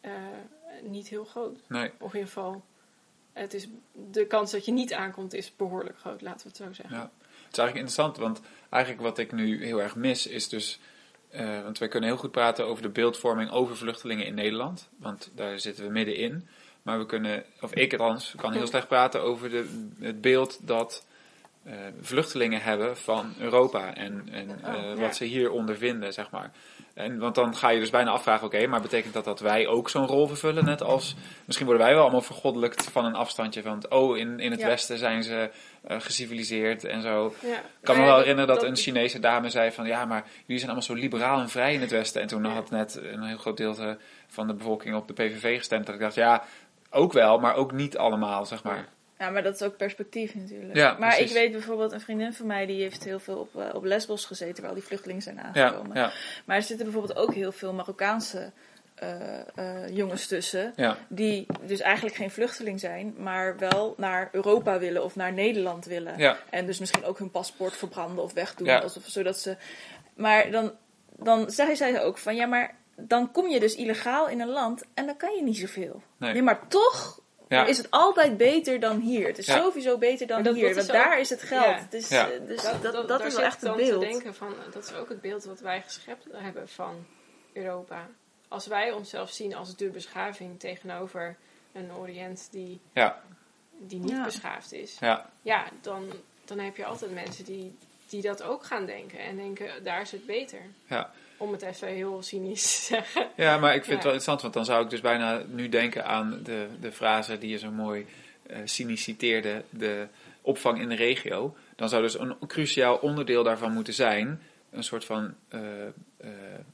uh, niet heel groot. Nee. Of in ieder geval, het is, de kans dat je niet aankomt is behoorlijk groot, laten we het zo zeggen. Ja. Het is eigenlijk interessant, want eigenlijk wat ik nu heel erg mis is dus... Uh, want wij kunnen heel goed praten over de beeldvorming over vluchtelingen in Nederland. Want daar zitten we middenin. Maar we kunnen, of ik althans, kan heel slecht praten over de, het beeld dat uh, vluchtelingen hebben van Europa. En, en uh, oh, ja. wat ze hier ondervinden, zeg maar. En, want dan ga je dus bijna afvragen, oké, okay, maar betekent dat dat wij ook zo'n rol vervullen? Net als, misschien worden wij wel allemaal vergoddelijkt van een afstandje van, oh, in, in het ja. Westen zijn ze uh, geciviliseerd en zo. Ja. Ik kan me wel dat, herinneren dat, dat een Chinese dame zei van, ja, maar jullie zijn allemaal zo liberaal en vrij in het Westen. En toen ja. had net een heel groot deel van de bevolking op de P V V gestemd. Dat ik dacht, ja, ook wel, maar ook niet allemaal, zeg maar. Ja, maar dat is ook perspectief natuurlijk. Ja, maar precies. Ik weet bijvoorbeeld, een vriendin van mij, die heeft heel veel op, uh, op Lesbos gezeten, waar al die vluchtelingen zijn aangekomen. Ja, ja. Maar er zitten bijvoorbeeld ook heel veel Marokkaanse uh, uh, jongens tussen, ja. die dus eigenlijk geen vluchteling zijn, maar wel naar Europa willen of naar Nederland willen. Ja. En dus misschien ook hun paspoort verbranden of wegdoen, ja. alsof, zodat ze... Maar dan, dan zei zij ook van, ja, maar dan kom je dus illegaal in een land en dan kan je niet zoveel. Nee, nee maar toch... Ja. Is het altijd beter dan hier? Het is ja. sowieso beter dan dat, hier, dat want ook, daar is het geld. Ja. Dus, ja. dus dat, dat, dat, dat is wel echt het beeld. Te denken van, dat is ook het beeld wat wij geschept hebben van Europa. Als wij onszelf zien als de beschaving tegenover een Oriënt die, ja. die niet ja. beschaafd is, ja, ja dan, dan heb je altijd mensen die, die dat ook gaan denken en denken, daar is het beter. Ja. Om het even heel cynisch te zeggen. Ja, maar ik vind ja. het wel interessant, want dan zou ik dus bijna nu denken aan de, de frase die je zo mooi uh, cynisch citeerde, de opvang in de regio. Dan zou dus een cruciaal onderdeel daarvan moeten zijn, een soort van uh, uh,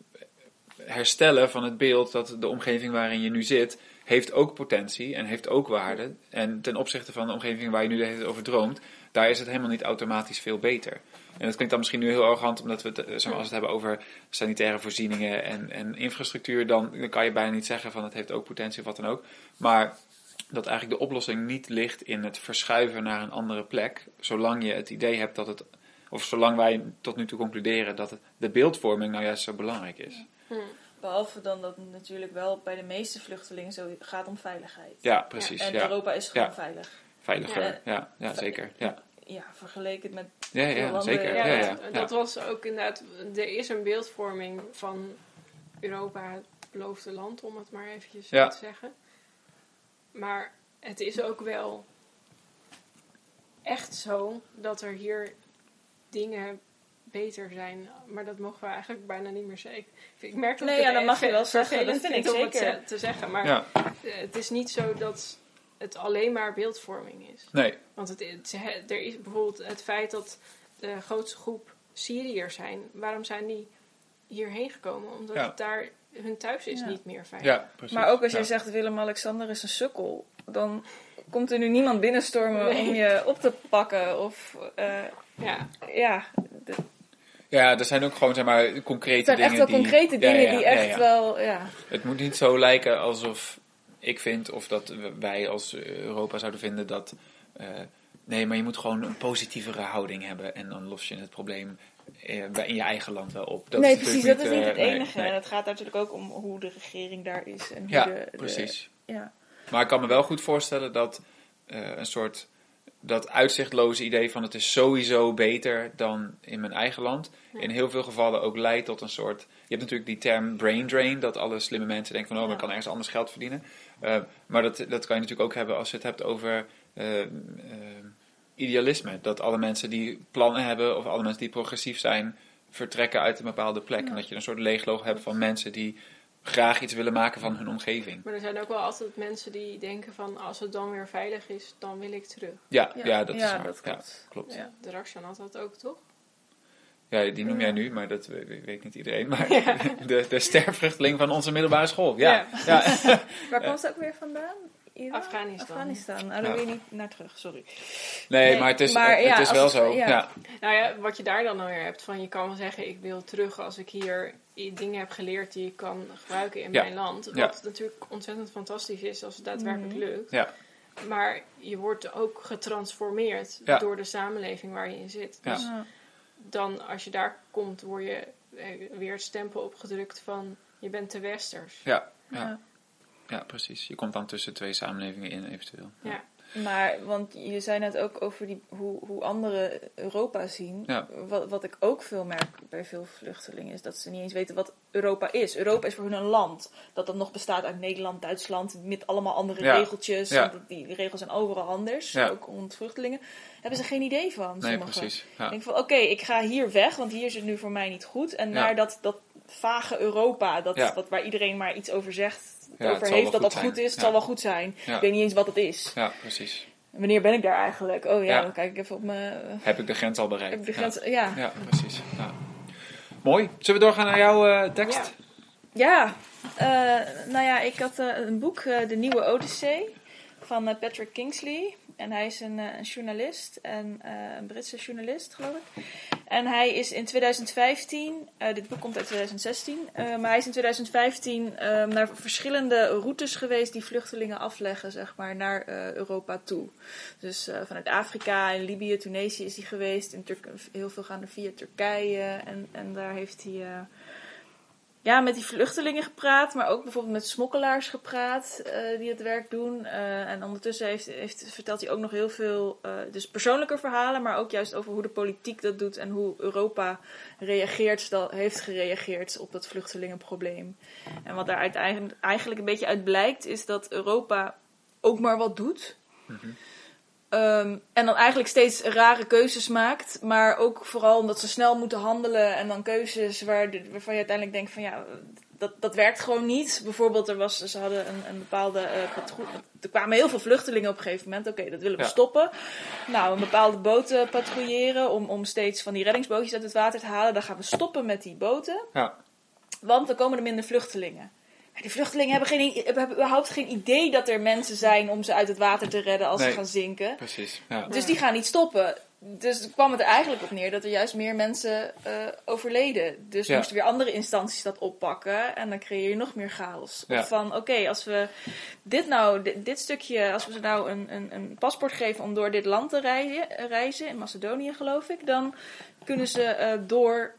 herstellen van het beeld dat de omgeving waarin je nu zit, heeft ook potentie en heeft ook waarde. En ten opzichte van de omgeving waar je nu de hele tijd over droomt, daar is het helemaal niet automatisch veel beter. En dat klinkt dan misschien nu heel arrogant, omdat we het, zeg maar, als we het hebben over sanitaire voorzieningen en, en infrastructuur, dan, dan kan je bijna niet zeggen van het heeft ook potentie of wat dan ook. Maar dat eigenlijk de oplossing niet ligt in het verschuiven naar een andere plek, zolang je het idee hebt dat het, of zolang wij tot nu toe concluderen dat het, de beeldvorming nou juist zo belangrijk is. Hmm. Behalve dan dat het natuurlijk wel bij de meeste vluchtelingen zo gaat om veiligheid. Ja, precies. Ja. En ja. Europa is gewoon ja. veilig. Veiliger, ja, ja, ja zeker. Ja. Ja, vergeleken met ja, ja, landen. Zeker. Ja, ja, ja, dat, ja. dat was ook inderdaad, er is een beeldvorming van Europa, het beloofde land, om het maar eventjes ja. te zeggen. Maar het is ook wel echt zo dat er hier dingen beter zijn. Maar dat mogen we eigenlijk bijna niet meer zeggen. Ik merk dat nee, ik ja, dat mag je wel zeggen. Dat vind ik om zeker. het te zeggen. Maar ja. het is niet zo dat het alleen maar beeldvorming is. Nee. Want het, het, er is bijvoorbeeld het feit dat de grootste groep Syriërs zijn. Waarom zijn die hierheen gekomen? Omdat ja. het daar hun thuis is ja. niet meer veilig. Ja, precies. Maar ook als ja. jij zegt Willem-Alexander is een sukkel, dan komt er nu niemand binnenstormen nee. om je op te pakken. Of uh, ja. ja. De, ja, er zijn ook gewoon zeg maar concrete dingen. Het zijn echt wel die, concrete dingen ja, ja, die echt ja, ja. wel. Ja. Het moet niet zo lijken alsof ik vind of dat wij als Europa zouden vinden dat uh, nee, maar je moet gewoon een positievere houding hebben en dan los je het probleem in je eigen land wel op. Dat nee, is precies, niet, dat is niet het uh, enige. Nee, nee. En het gaat natuurlijk ook om hoe de regering daar is. En hoe ja, de, de, precies. Ja. Maar ik kan me wel goed voorstellen dat uh, een soort dat uitzichtloze idee van het is sowieso beter dan in mijn eigen land, ja. in heel veel gevallen ook leidt tot een soort. Je hebt natuurlijk die term brain drain, dat alle slimme mensen denken van oh, ja. ik kan ergens anders geld verdienen. Uh, maar dat, dat kan je natuurlijk ook hebben als je het hebt over uh, uh, idealisme. Dat alle mensen die plannen hebben of alle mensen die progressief zijn vertrekken uit een bepaalde plek. Ja. En dat je een soort leegloop hebt van mensen die graag iets willen maken van hun omgeving. Maar er zijn ook wel altijd mensen die denken van als het dan weer veilig is, dan wil ik terug. Ja, ja, ja dat is ja, waar. Dat klopt. Ja, klopt. Ja, de Rakshan had dat ook, toch? Ja, die noem jij nu, maar dat weet, weet niet iedereen. Maar ja. de, de stervluchteling van onze middelbare school. Ja. ja. ja. Waar komt ze ook weer vandaan? Iran? Afghanistan. Afghanistan. Nou, daar wil je niet naar terug, sorry. Nee, nee maar het is, maar, ja, het is wel het, zo. Ja. Ja. Nou ja, wat je daar dan weer hebt, van je kan wel zeggen, ik wil terug als ik hier dingen heb geleerd die ik kan gebruiken in ja. mijn land. Wat ja. natuurlijk ontzettend fantastisch is als het daadwerkelijk mm-hmm. lukt. Ja. Maar je wordt ook getransformeerd ja. door de samenleving waar je in zit. Dus ja. dan als je daar komt, word je weer het stempel opgedrukt van je bent te westers. Ja, ja. ja. ja, precies. Je komt dan tussen twee samenlevingen in eventueel. Ja. Ja. Maar, want je zei net ook over die, hoe, hoe anderen Europa zien. Ja. Wat, wat ik ook veel merk bij veel vluchtelingen is dat ze niet eens weten wat Europa is. Europa is voor hun een land. Dat dat nog bestaat uit Nederland, Duitsland, met allemaal andere Ja. regeltjes. Ja. En dat die, die regels zijn overal anders, Ja. ook onder vluchtelingen. Hebben ze geen idee van, Nee, sommigen. precies. Ja. Ik denk van, oké, ik ga hier weg, want hier is het nu voor mij niet goed. En Ja. naar dat, dat vage Europa, dat, Ja. wat, waar iedereen maar iets over zegt, Ja, het over zal heeft, wel dat goed dat goed zijn. is. Het Ja. zal wel goed zijn. Ja. Ik weet niet eens wat het is. Ja, precies. Wanneer ben ik daar eigenlijk? Oh ja, Ja. dan kijk ik even op mijn... Heb ik de grens al bereikt? Heb ik de Ja. grens... Ja. Ja, precies. Ja. Mooi. Zullen we doorgaan naar jouw uh, tekst? Ja. Ja. Uh, nou ja, ik had uh, een boek, uh, De Nieuwe Odyssee, van uh, Patrick Kingsley. En hij is een, uh, een journalist, en, uh, een Britse journalist, geloof ik. En hij is in twintig vijftien, uh, dit boek komt uit twintig zestien, uh, maar hij is in twintig vijftien uh, naar verschillende routes geweest die vluchtelingen afleggen, zeg maar, naar uh, Europa toe. Dus uh, vanuit Afrika en Libië, Tunesië is hij geweest. In Turk- heel veel gaan er via Turkije. En, en daar heeft hij uh, ja, met die vluchtelingen gepraat, maar ook bijvoorbeeld met smokkelaars gepraat uh, die het werk doen. Uh, en ondertussen heeft, heeft, vertelt hij ook nog heel veel uh, dus persoonlijke verhalen, maar ook juist over hoe de politiek dat doet en hoe Europa reageert, dat heeft gereageerd op dat vluchtelingenprobleem. En wat daar uiteindelijk eigenlijk een beetje uit blijkt, is dat Europa ook maar wat doet. Mm-hmm. Um, en dan eigenlijk steeds rare keuzes maakt. Maar ook vooral omdat ze snel moeten handelen. En dan keuzes waar de, waarvan je uiteindelijk denkt van ja, dat, dat werkt gewoon niet. Bijvoorbeeld, er was, ze hadden een, een bepaalde uh, patrouille. Er kwamen heel veel vluchtelingen op een gegeven moment. Oké, okay, dat willen we ja. stoppen. Nou, een bepaalde boten patrouilleren. Om, om steeds van die reddingsbootjes uit het water te halen. Dan gaan we stoppen met die boten. Ja. Want dan komen er minder vluchtelingen. Die vluchtelingen hebben, geen, hebben überhaupt geen idee dat er mensen zijn om ze uit het water te redden als nee, ze gaan zinken. Precies. Ja. Dus die gaan niet stoppen. Dus kwam het er eigenlijk op neer dat er juist meer mensen uh, overleden. Dus ja. moesten weer andere instanties dat oppakken. En dan creëer je nog meer chaos. Ja. Of van, oké, okay, als we dit nou, dit, dit stukje, als we ze nou een, een, een paspoort geven om door dit land te reizen, reizen in Macedonië geloof ik, dan kunnen ze uh, door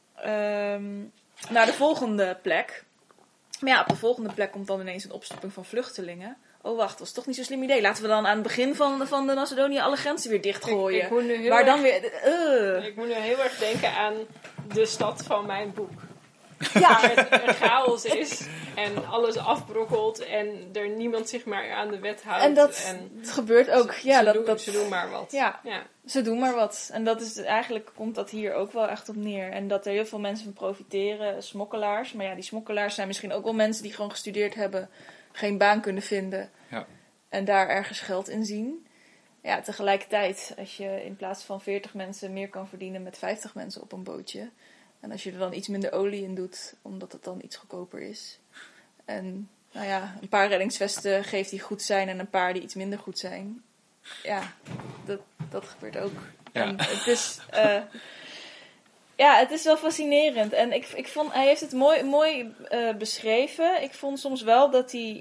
um, naar de volgende plek. Maar ja, op de volgende plek komt dan ineens een opstopping van vluchtelingen. Oh wacht, dat is toch niet zo'n slim idee. Laten we dan aan het begin van de, van de Macedonië alle grenzen weer dichtgooien. Ik, ik moet nu heel maar erg, dan weer... Uh. Ik moet nu heel erg denken aan de stad van mijn boek. Ja, het een chaos is en alles afbrokkelt en er niemand zich maar aan de wet houdt. En dat en het gebeurt ook. Ze, ja, ze, dat, doen, dat, ze doen maar wat. Ja, ja, ze doen maar wat. En dat is eigenlijk komt dat hier ook wel echt op neer. En dat er heel veel mensen van profiteren, smokkelaars. Maar ja, die smokkelaars zijn misschien ook wel mensen die gewoon gestudeerd hebben, geen baan kunnen vinden. Ja. En daar ergens geld in zien. Ja, tegelijkertijd, als je in plaats van veertig mensen meer kan verdienen met vijftig mensen op een bootje. En als je er dan iets minder olie in doet, omdat het dan iets goedkoper is. En nou ja, een paar reddingsvesten geeft die goed zijn en een paar die iets minder goed zijn. Ja, dat, dat gebeurt ook. Ja. En het is... Uh, ja, het is wel fascinerend. En ik, ik vond, hij heeft het mooi, mooi uh, beschreven. Ik vond soms wel dat hij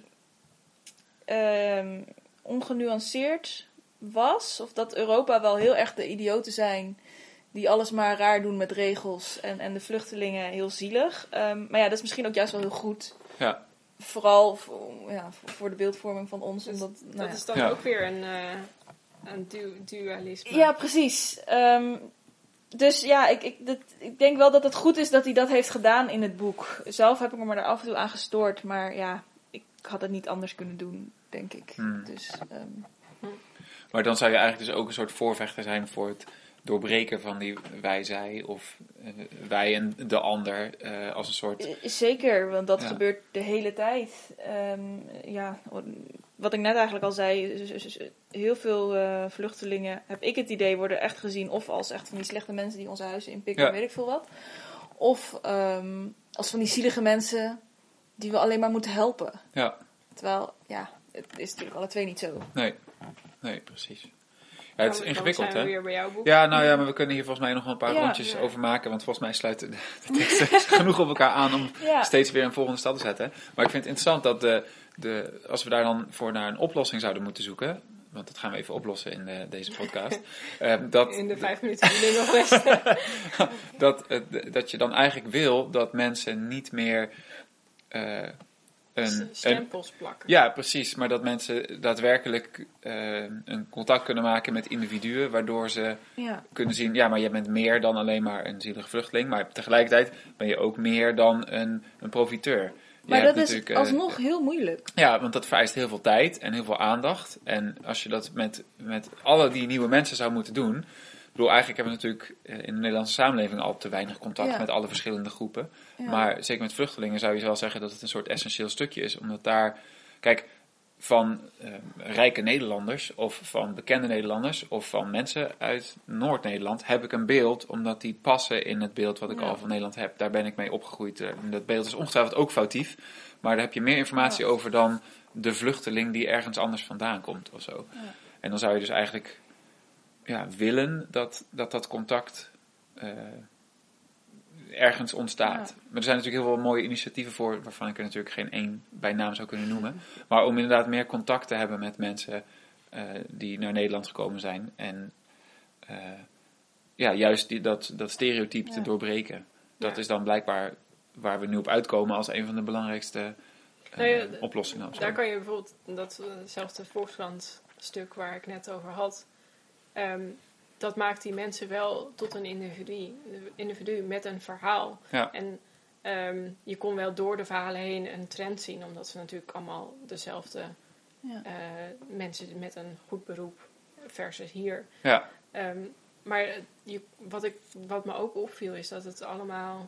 uh, ongenuanceerd was. Of dat Europa wel heel erg de idioten zijn die alles maar raar doen met regels. En, en de vluchtelingen heel zielig. Um, maar ja, dat is misschien ook juist wel heel goed. Ja. Vooral voor, ja, voor de beeldvorming van ons. Dus omdat, dat nou ja. is dan ja. ook weer een, uh, een du- dualisme. Ja, precies. Um, dus ja, ik, ik, dat, ik denk wel dat het goed is dat hij dat heeft gedaan in het boek. Zelf heb ik me er af en toe aan gestoord. Maar ja, ik had het niet anders kunnen doen, denk ik. Hmm. Dus, um, maar dan zou je eigenlijk dus ook een soort voorvechter zijn voor het doorbreken van die wij-zij of uh, wij en de ander uh, als een soort... Zeker, want dat ja. gebeurt de hele tijd. Um, ja, wat ik net eigenlijk al zei, heel veel uh, vluchtelingen, heb ik het idee, worden echt gezien of als echt van die slechte mensen die onze huizen inpikken, ja. weet ik veel wat. Of um, als van die zielige mensen die we alleen maar moeten helpen. Ja. Terwijl, ja, het is natuurlijk alle twee niet zo. Nee, nee, precies. Ja, het is dan, ingewikkeld, dan zijn we hè? weer bij jouw boek. Ja, nou ja, maar we kunnen hier volgens mij nog een paar ja, rondjes ja. over maken. Want volgens mij sluiten de, de teksten genoeg op elkaar aan om ja. steeds weer een volgende stap te zetten. Maar ik vind het interessant dat de, de, als we daar dan voor naar een oplossing zouden moeten zoeken, want dat gaan we even oplossen in de, deze podcast. uh, dat, in de vijf minuten die er nog resten. dat, uh, dat je dan eigenlijk wil dat mensen niet meer... Uh, een... Stempels plakken. Ja, precies. Maar dat mensen daadwerkelijk uh, een contact kunnen maken met individuen, waardoor ze Ja. kunnen zien, ja, maar je bent meer dan alleen maar een zielige vluchteling, maar tegelijkertijd ben je ook meer dan een, een profiteur. Maar Je dat hebt is natuurlijk, alsnog uh, heel moeilijk. Ja, want dat vereist heel veel tijd en heel veel aandacht. En als je dat met, met alle die nieuwe mensen zou moeten doen... Ik bedoel, eigenlijk hebben we natuurlijk in de Nederlandse samenleving al te weinig contact Ja. met alle verschillende groepen. Ja. Maar zeker met vluchtelingen zou je wel zeggen dat het een soort essentieel stukje is. Omdat daar, kijk, van uh, rijke Nederlanders of van bekende Nederlanders of van mensen uit Noord-Nederland heb ik een beeld, omdat die passen in het beeld wat ik Ja. al van Nederland heb. Daar ben ik mee opgegroeid. Uh, dat beeld is ongetwijfeld ook foutief, maar daar heb je meer informatie Ja. over dan de vluchteling die ergens anders vandaan komt of zo. Ja. En dan zou je dus eigenlijk ja, willen dat dat, dat contact uh, ergens ontstaat. Ja. Maar er zijn natuurlijk heel veel mooie initiatieven voor, waarvan ik er natuurlijk geen één bij naam zou kunnen noemen. Maar om inderdaad meer contact te hebben met mensen uh, die naar Nederland gekomen zijn. En uh, ja, juist die, dat, dat stereotype Ja. te doorbreken. Dat Ja. is dan blijkbaar waar we nu op uitkomen als een van de belangrijkste uh, Nou ja, oplossingen. Of zo. Daar kan je bijvoorbeeld datzelfde Volkskrant stuk waar ik net over had. Um, dat maakt die mensen wel tot een individu, individu met een verhaal. Ja. En um, je kon wel door de verhalen heen een trend zien, omdat ze natuurlijk allemaal dezelfde Ja. uh, mensen met een goed beroep versus hier. Ja. Um, maar je, wat, ik, wat me ook opviel is dat het allemaal...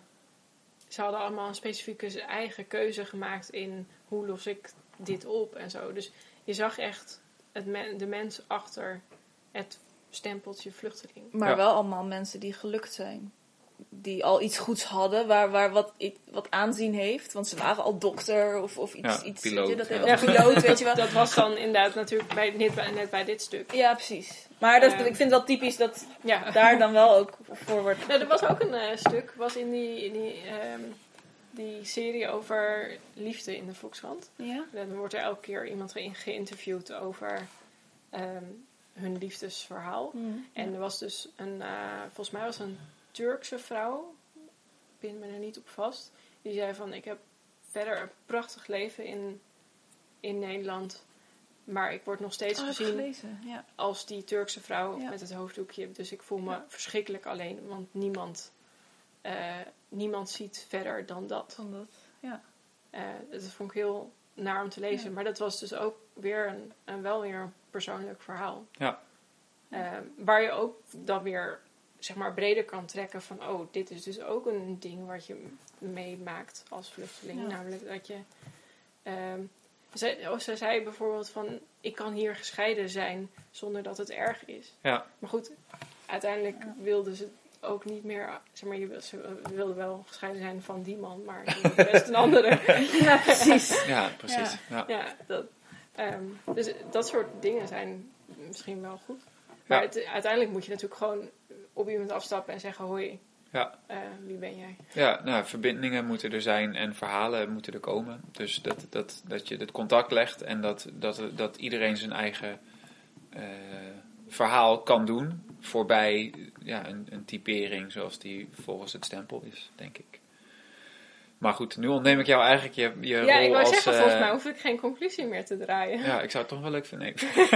Ze hadden allemaal een specifieke eigen keuze gemaakt in hoe los ik dit op en zo. Dus je zag echt het men, de mens achter het stempeltje vluchteling. Maar Ja. wel allemaal mensen die gelukt zijn. Die al iets goeds hadden, waar, waar wat, wat aanzien heeft. Want ze waren al dokter of, of iets. Ja, iets piloot, weet je, dat, ja. Of piloot, weet je wel. Dat was dan inderdaad natuurlijk bij, net, bij, net bij dit stuk. Ja, precies. Maar dat, Ja. ik vind het wel typisch dat Ja. daar dan wel ook voor wordt. Nou, er was ook een uh, stuk, was in die, in die, um, die serie over liefde in de Volkskrant. Ja? Dan wordt er elke keer iemand ge- geïnterviewd over um, hun liefdesverhaal. Mm. En er was dus een, uh, volgens mij was een Turkse vrouw, ik pin me er niet op vast, die zei van, ik heb verder een prachtig leven in, in Nederland, maar ik word nog steeds Oh, heb ik gezien gelezen. Ja. als die Turkse vrouw Ja. met het hoofddoekje. Dus ik voel me Ja. verschrikkelijk alleen, want niemand, uh, niemand ziet verder dan dat. Van dat. Ja. Uh, dat vond ik heel naar om te lezen, Ja. maar dat was dus ook weer een, een wel weer een persoonlijk verhaal. Ja. Uh, waar je ook dan weer zeg maar breder kan trekken van, oh, dit is dus ook een ding wat je meemaakt als vluchteling. Ja. Namelijk dat je... Um, ze, oh, ze zei bijvoorbeeld van, ik kan hier gescheiden zijn zonder dat het erg is. Ja. Maar goed, uiteindelijk ja. wilden ze ook niet meer... Zeg maar, je, ze wilden wel gescheiden zijn van die man, maar ze wilden best een andere. Ja, precies. Ja, precies. Ja. Ja. Ja, dat, um, dus dat soort dingen zijn misschien wel goed. Maar Ja. het, uiteindelijk moet je natuurlijk gewoon op iemand afstappen en zeggen, hoi, Ja. uh, wie ben jij? Ja, nou, verbindingen moeten er zijn en verhalen moeten er komen. Dus dat, dat, dat je het contact legt en dat, dat, dat iedereen zijn eigen uh, verhaal kan doen. Voorbij ja, een, een typering zoals die volgens het stempel is, denk ik. Maar goed, nu ontneem ik jou eigenlijk je, je ja, rol ik wou als... zeggen, uh, volgens mij hoef ik geen conclusie meer te draaien. Ja, ik zou het toch wel leuk vinden. Nee.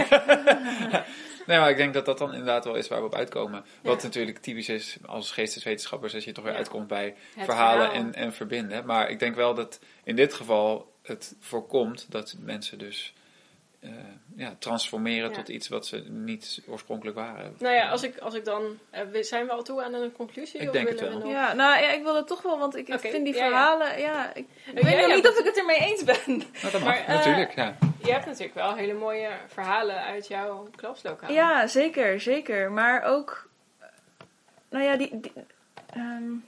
Nee, maar ik denk dat dat dan inderdaad wel is waar we op uitkomen. Wat Ja. natuurlijk typisch is als geesteswetenschappers, dat je toch weer Ja. uitkomt bij Het verhalen verhaal. en, en verbinden. Maar ik denk wel dat in dit geval het voorkomt dat mensen dus uh, ja, transformeren Ja. tot iets wat ze niet oorspronkelijk waren. Nou ja, als ik, als ik dan... Uh, zijn we al toe aan een conclusie? Ik of denk willen het we wel. nog... Ja, nou ja, ik wil het toch wel, want ik Oké, vind die ja, ja. verhalen, ja, ik Ja, weet nog ja, niet dat- of ik het ermee eens ben. Nou, dat mag, Maar, uh, natuurlijk. Ja. Je hebt natuurlijk wel hele mooie verhalen uit jouw klaslokaal. Ja, zeker, zeker. Maar ook, nou ja, die, die um,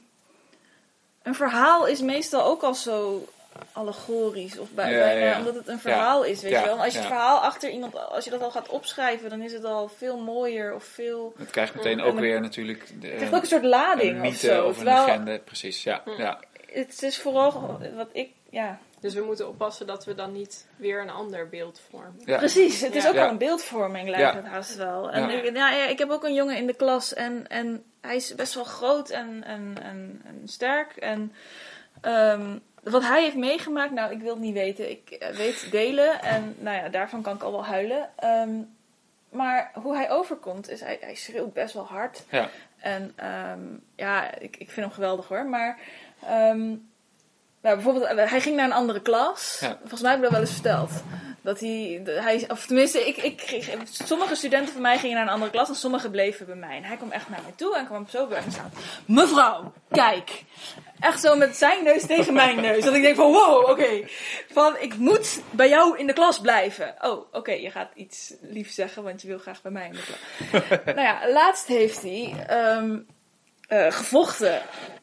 een verhaal is meestal ook al zo allegorisch of bij, Ja, bijna, ja, ja. omdat het een verhaal is, weet Ja, je wel. En als je ja. het verhaal achter iemand, als je dat al gaat opschrijven, dan is het al veel mooier of veel... Het krijgt meteen Mm, ook en weer natuurlijk de, Het krijgt ook een soort lading een of mythe zo. of een Terwijl legende. Precies, ja. Mm. ja. het is vooral wat ik, ja... Dus we moeten oppassen dat we dan niet weer een ander beeld vormen. ja. Precies, het is Ja. ook Ja. wel een beeldvorming, lijkt Ja. het haast wel. En Ja. ik, ja, ja, ik heb ook een jongen in de klas en, en hij is best wel groot en, en, en, en sterk. En, um, wat hij heeft meegemaakt, nou, ik wil het niet weten. Ik uh, weet delen en nou ja, daarvan kan ik al wel huilen. Um, maar hoe hij overkomt, is hij, hij schreeuwt best wel hard. Ja. En um, ja, ik, ik vind hem geweldig hoor. Maar um, nou, bijvoorbeeld, hij ging naar een andere klas. Ja. Volgens mij heb ik dat wel eens verteld. Dat hij, hij of tenminste, ik, ik, sommige studenten van mij gingen naar een andere klas en sommige bleven bij mij. En hij kwam echt naar mij toe en kwam zo bij me staan. Mevrouw, kijk! Echt zo met zijn neus tegen mijn neus. Dat ik denk van, wow, oké. Okay. Van, ik moet bij jou in de klas blijven. Oh, oké, okay, je gaat iets lief zeggen, want je wil graag bij mij in de klas. Nou ja, laatst heeft hij um, uh, gevochten.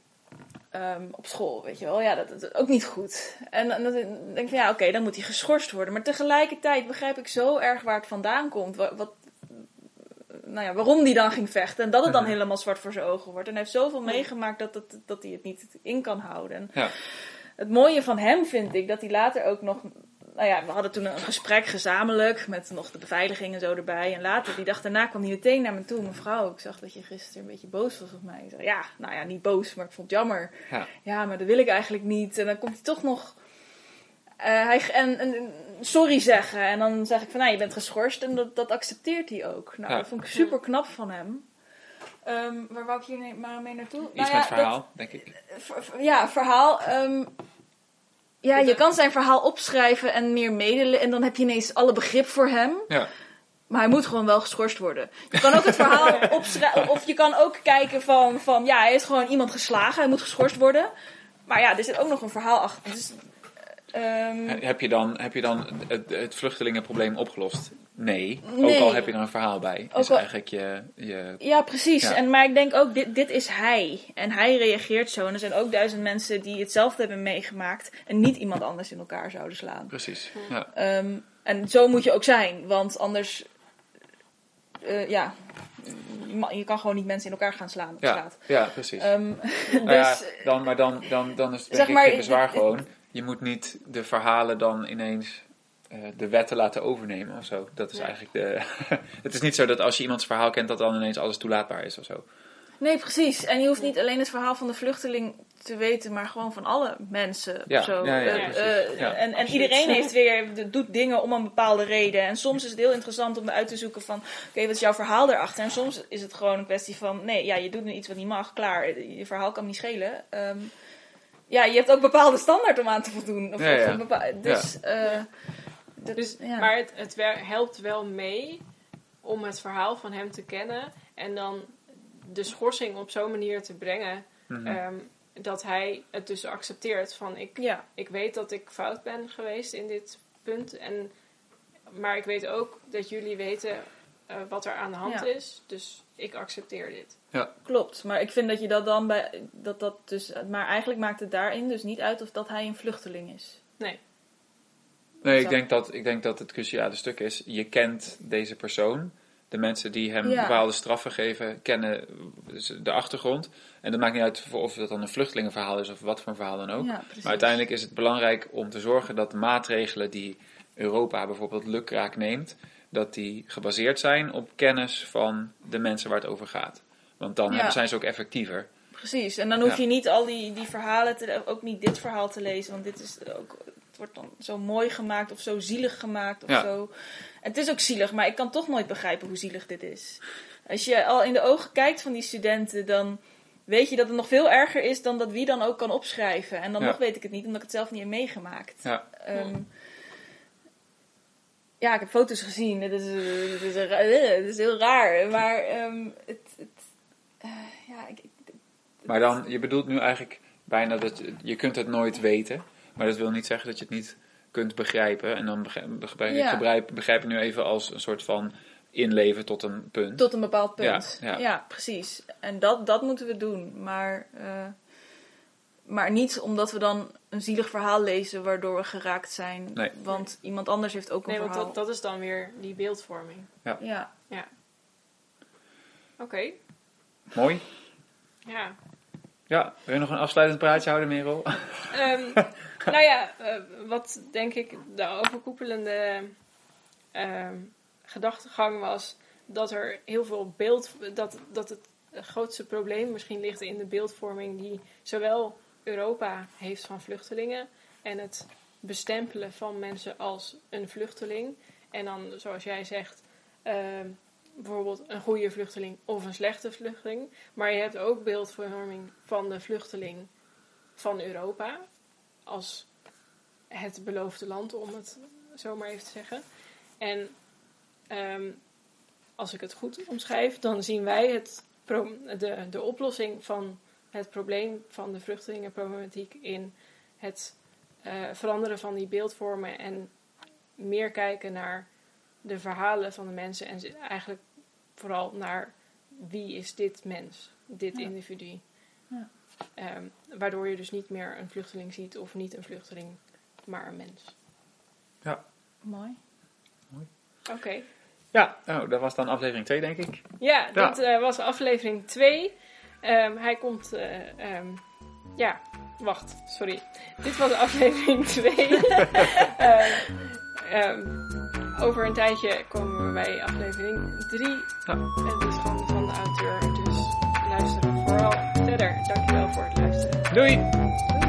Um, op school, weet je wel. Ja, dat, dat is ook niet goed. En, en dan denk ik van, ja, oké, okay, dan moet hij geschorst worden. Maar tegelijkertijd begrijp ik zo erg waar het vandaan komt. Wat, wat, nou ja, waarom die dan ging vechten. En dat het dan helemaal zwart voor zijn ogen wordt. En hij heeft zoveel meegemaakt dat, dat, dat hij het niet in kan houden. En ja. Het mooie van hem vind ik dat hij later ook nog... Nou ja, we hadden toen een gesprek gezamenlijk met nog de beveiliging en zo erbij. En later, die dag daarna, kwam hij meteen naar me toe. Mevrouw, ik zag dat je gisteren een beetje boos was op mij. Ik zei, ja, nou ja, niet boos, maar ik vond het jammer. Ja, ja maar dat wil ik eigenlijk niet. En dan komt hij toch nog... Uh, hij, en, en sorry zeggen. En dan zeg ik van, nou, je bent geschorst. En dat, dat accepteert hij ook. Nou, ja. Dat vond ik super knap van hem. Um, waar wou ik hier ne- maar mee naartoe? Iets nou, met ja, verhaal, dat, denk ik. V- ja, verhaal... Um, Ja, je kan zijn verhaal opschrijven en meer medelen. En dan heb je ineens alle begrip voor hem. Ja. Maar hij moet gewoon wel geschorst worden. Je kan ook het verhaal opschrijven. Of je kan ook kijken van, van... Ja, hij heeft gewoon iemand geslagen. Hij moet geschorst worden. Maar ja, er zit ook nog een verhaal achter. Dus, um... heb, je dan, heb je dan het, het vluchtelingenprobleem opgelost? Nee. nee. Ook al heb je er een verhaal bij. Ook is al... eigenlijk je... je... Ja, precies. Ja. En, maar ik denk ook, dit, dit is hij. En hij reageert zo. En er zijn ook duizend mensen die hetzelfde hebben meegemaakt. En niet iemand anders in elkaar zouden slaan. Precies. Ja. Um, en zo moet je ook zijn. Want anders... Uh, ja... Je kan gewoon niet mensen in elkaar gaan slaan op ja. straat. Ja, precies. Um, dus, nou ja, dan, maar dan, dan, dan is het denk zeg maar, ik je bezwaar gewoon. Je moet niet de verhalen dan ineens... Uh, de wetten laten overnemen of zo. Dat is ja. eigenlijk de... Het is niet zo dat als je iemands verhaal kent... dat dan ineens alles toelaatbaar is of zo. Nee, precies. En je hoeft niet alleen het verhaal van de vluchteling te weten... maar gewoon van alle mensen ja. of zo. Ja, ja, uh, uh, ja. En, en iedereen heeft weer, doet dingen om een bepaalde reden. En soms is het heel interessant om uit te zoeken van... oké, okay, wat is jouw verhaal erachter? En soms is het gewoon een kwestie van... nee, ja, je doet nu iets wat niet mag. Klaar, je verhaal kan me niet schelen. Um, ja, je hebt ook bepaalde standaard om aan te voldoen. Of, ja, ja. of bepaal, dus... Ja. Uh, Dat, dus, ja. Maar het, het helpt wel mee om het verhaal van hem te kennen en dan de schorsing op zo'n manier te brengen mm-hmm. um, dat hij het dus accepteert van ik, ja. ik weet dat ik fout ben geweest in dit punt, en, maar ik weet ook dat jullie weten uh, wat er aan de hand ja. is, dus ik accepteer dit. Ja. Klopt, maar ik vind dat je dat dan bij dat dat dus, maar eigenlijk maakt het daarin dus niet uit of dat hij een vluchteling is. Nee. Nee, ik denk, dat, ik denk dat het cruciale stuk is, je kent deze persoon. De mensen die hem ja. bepaalde straffen geven, kennen de achtergrond. En dat maakt niet uit of dat dan een vluchtelingenverhaal is of wat voor een verhaal dan ook. Ja, maar uiteindelijk is het belangrijk om te zorgen dat de maatregelen die Europa bijvoorbeeld lukraak neemt, dat die gebaseerd zijn op kennis van de mensen waar het over gaat. Want dan ja. zijn ze ook effectiever. Precies, en dan hoef je ja. niet al die, die verhalen, te, ook niet dit verhaal te lezen, want dit is ook... wordt dan zo mooi gemaakt of zo zielig gemaakt of ja. zo. En het is ook zielig, maar ik kan toch nooit begrijpen hoe zielig dit is. Als je al in de ogen kijkt van die studenten, dan weet je dat het nog veel erger is dan dat wie dan ook kan opschrijven. En dan ja. nog weet ik het niet, omdat ik het zelf niet heb meegemaakt. Ja, um, ja ik heb foto's gezien. Het is, het is, het is heel raar, maar um, het, het, uh, ja, ik, ik, het, maar dan, je bedoelt nu eigenlijk bijna dat je kunt het nooit weten. Maar dat wil niet zeggen dat je het niet kunt begrijpen. En dan begrijp, begrijp, ja. begrijp, begrijp ik nu even als een soort van inleven tot een punt. Tot een bepaald punt. Ja, ja. ja precies. En dat, dat moeten we doen. Maar, uh, maar niet omdat we dan een zielig verhaal lezen waardoor we geraakt zijn. Nee. Want iemand anders heeft ook een nee, verhaal. Nee, want dat, dat is dan weer die beeldvorming. Ja. ja. ja. Oké. Okay. Mooi. Ja. Ja, wil je nog een afsluitend praatje houden, Merel? Um, nou ja, uh, wat denk ik de overkoepelende uh, gedachtegang was, dat er heel veel beeld, dat, dat het grootste probleem misschien ligt in de beeldvorming die zowel Europa heeft van vluchtelingen en het bestempelen van mensen als een vluchteling. En dan, zoals jij zegt, uh, bijvoorbeeld een goede vluchteling of een slechte vluchteling. Maar je hebt ook beeldvorming van de vluchteling van Europa als het beloofde land, om het zo maar even te zeggen. En um, als ik het goed omschrijf, dan zien wij het pro- de, de oplossing van het probleem van de vluchtelingenproblematiek in het uh, veranderen van die beeldvormen en meer kijken naar de verhalen van de mensen en eigenlijk vooral naar wie is dit mens, dit ja. individu. Ja. Um, waardoor je dus niet meer een vluchteling ziet of niet een vluchteling, maar een mens. Ja. Mooi. Mooi. Oké. Okay. Ja, nou, dat was dan aflevering twee, denk ik. Ja, ja. dit uh, was aflevering twee. Um, hij komt... Uh, um, ja, wacht, sorry. Dit was aflevering twee. uh, um, over een tijdje komen we bij aflevering drie. Ja. Het is van, van de auteur, dus luisteren vooral verder. Dankjewel voor het luisteren. Doei!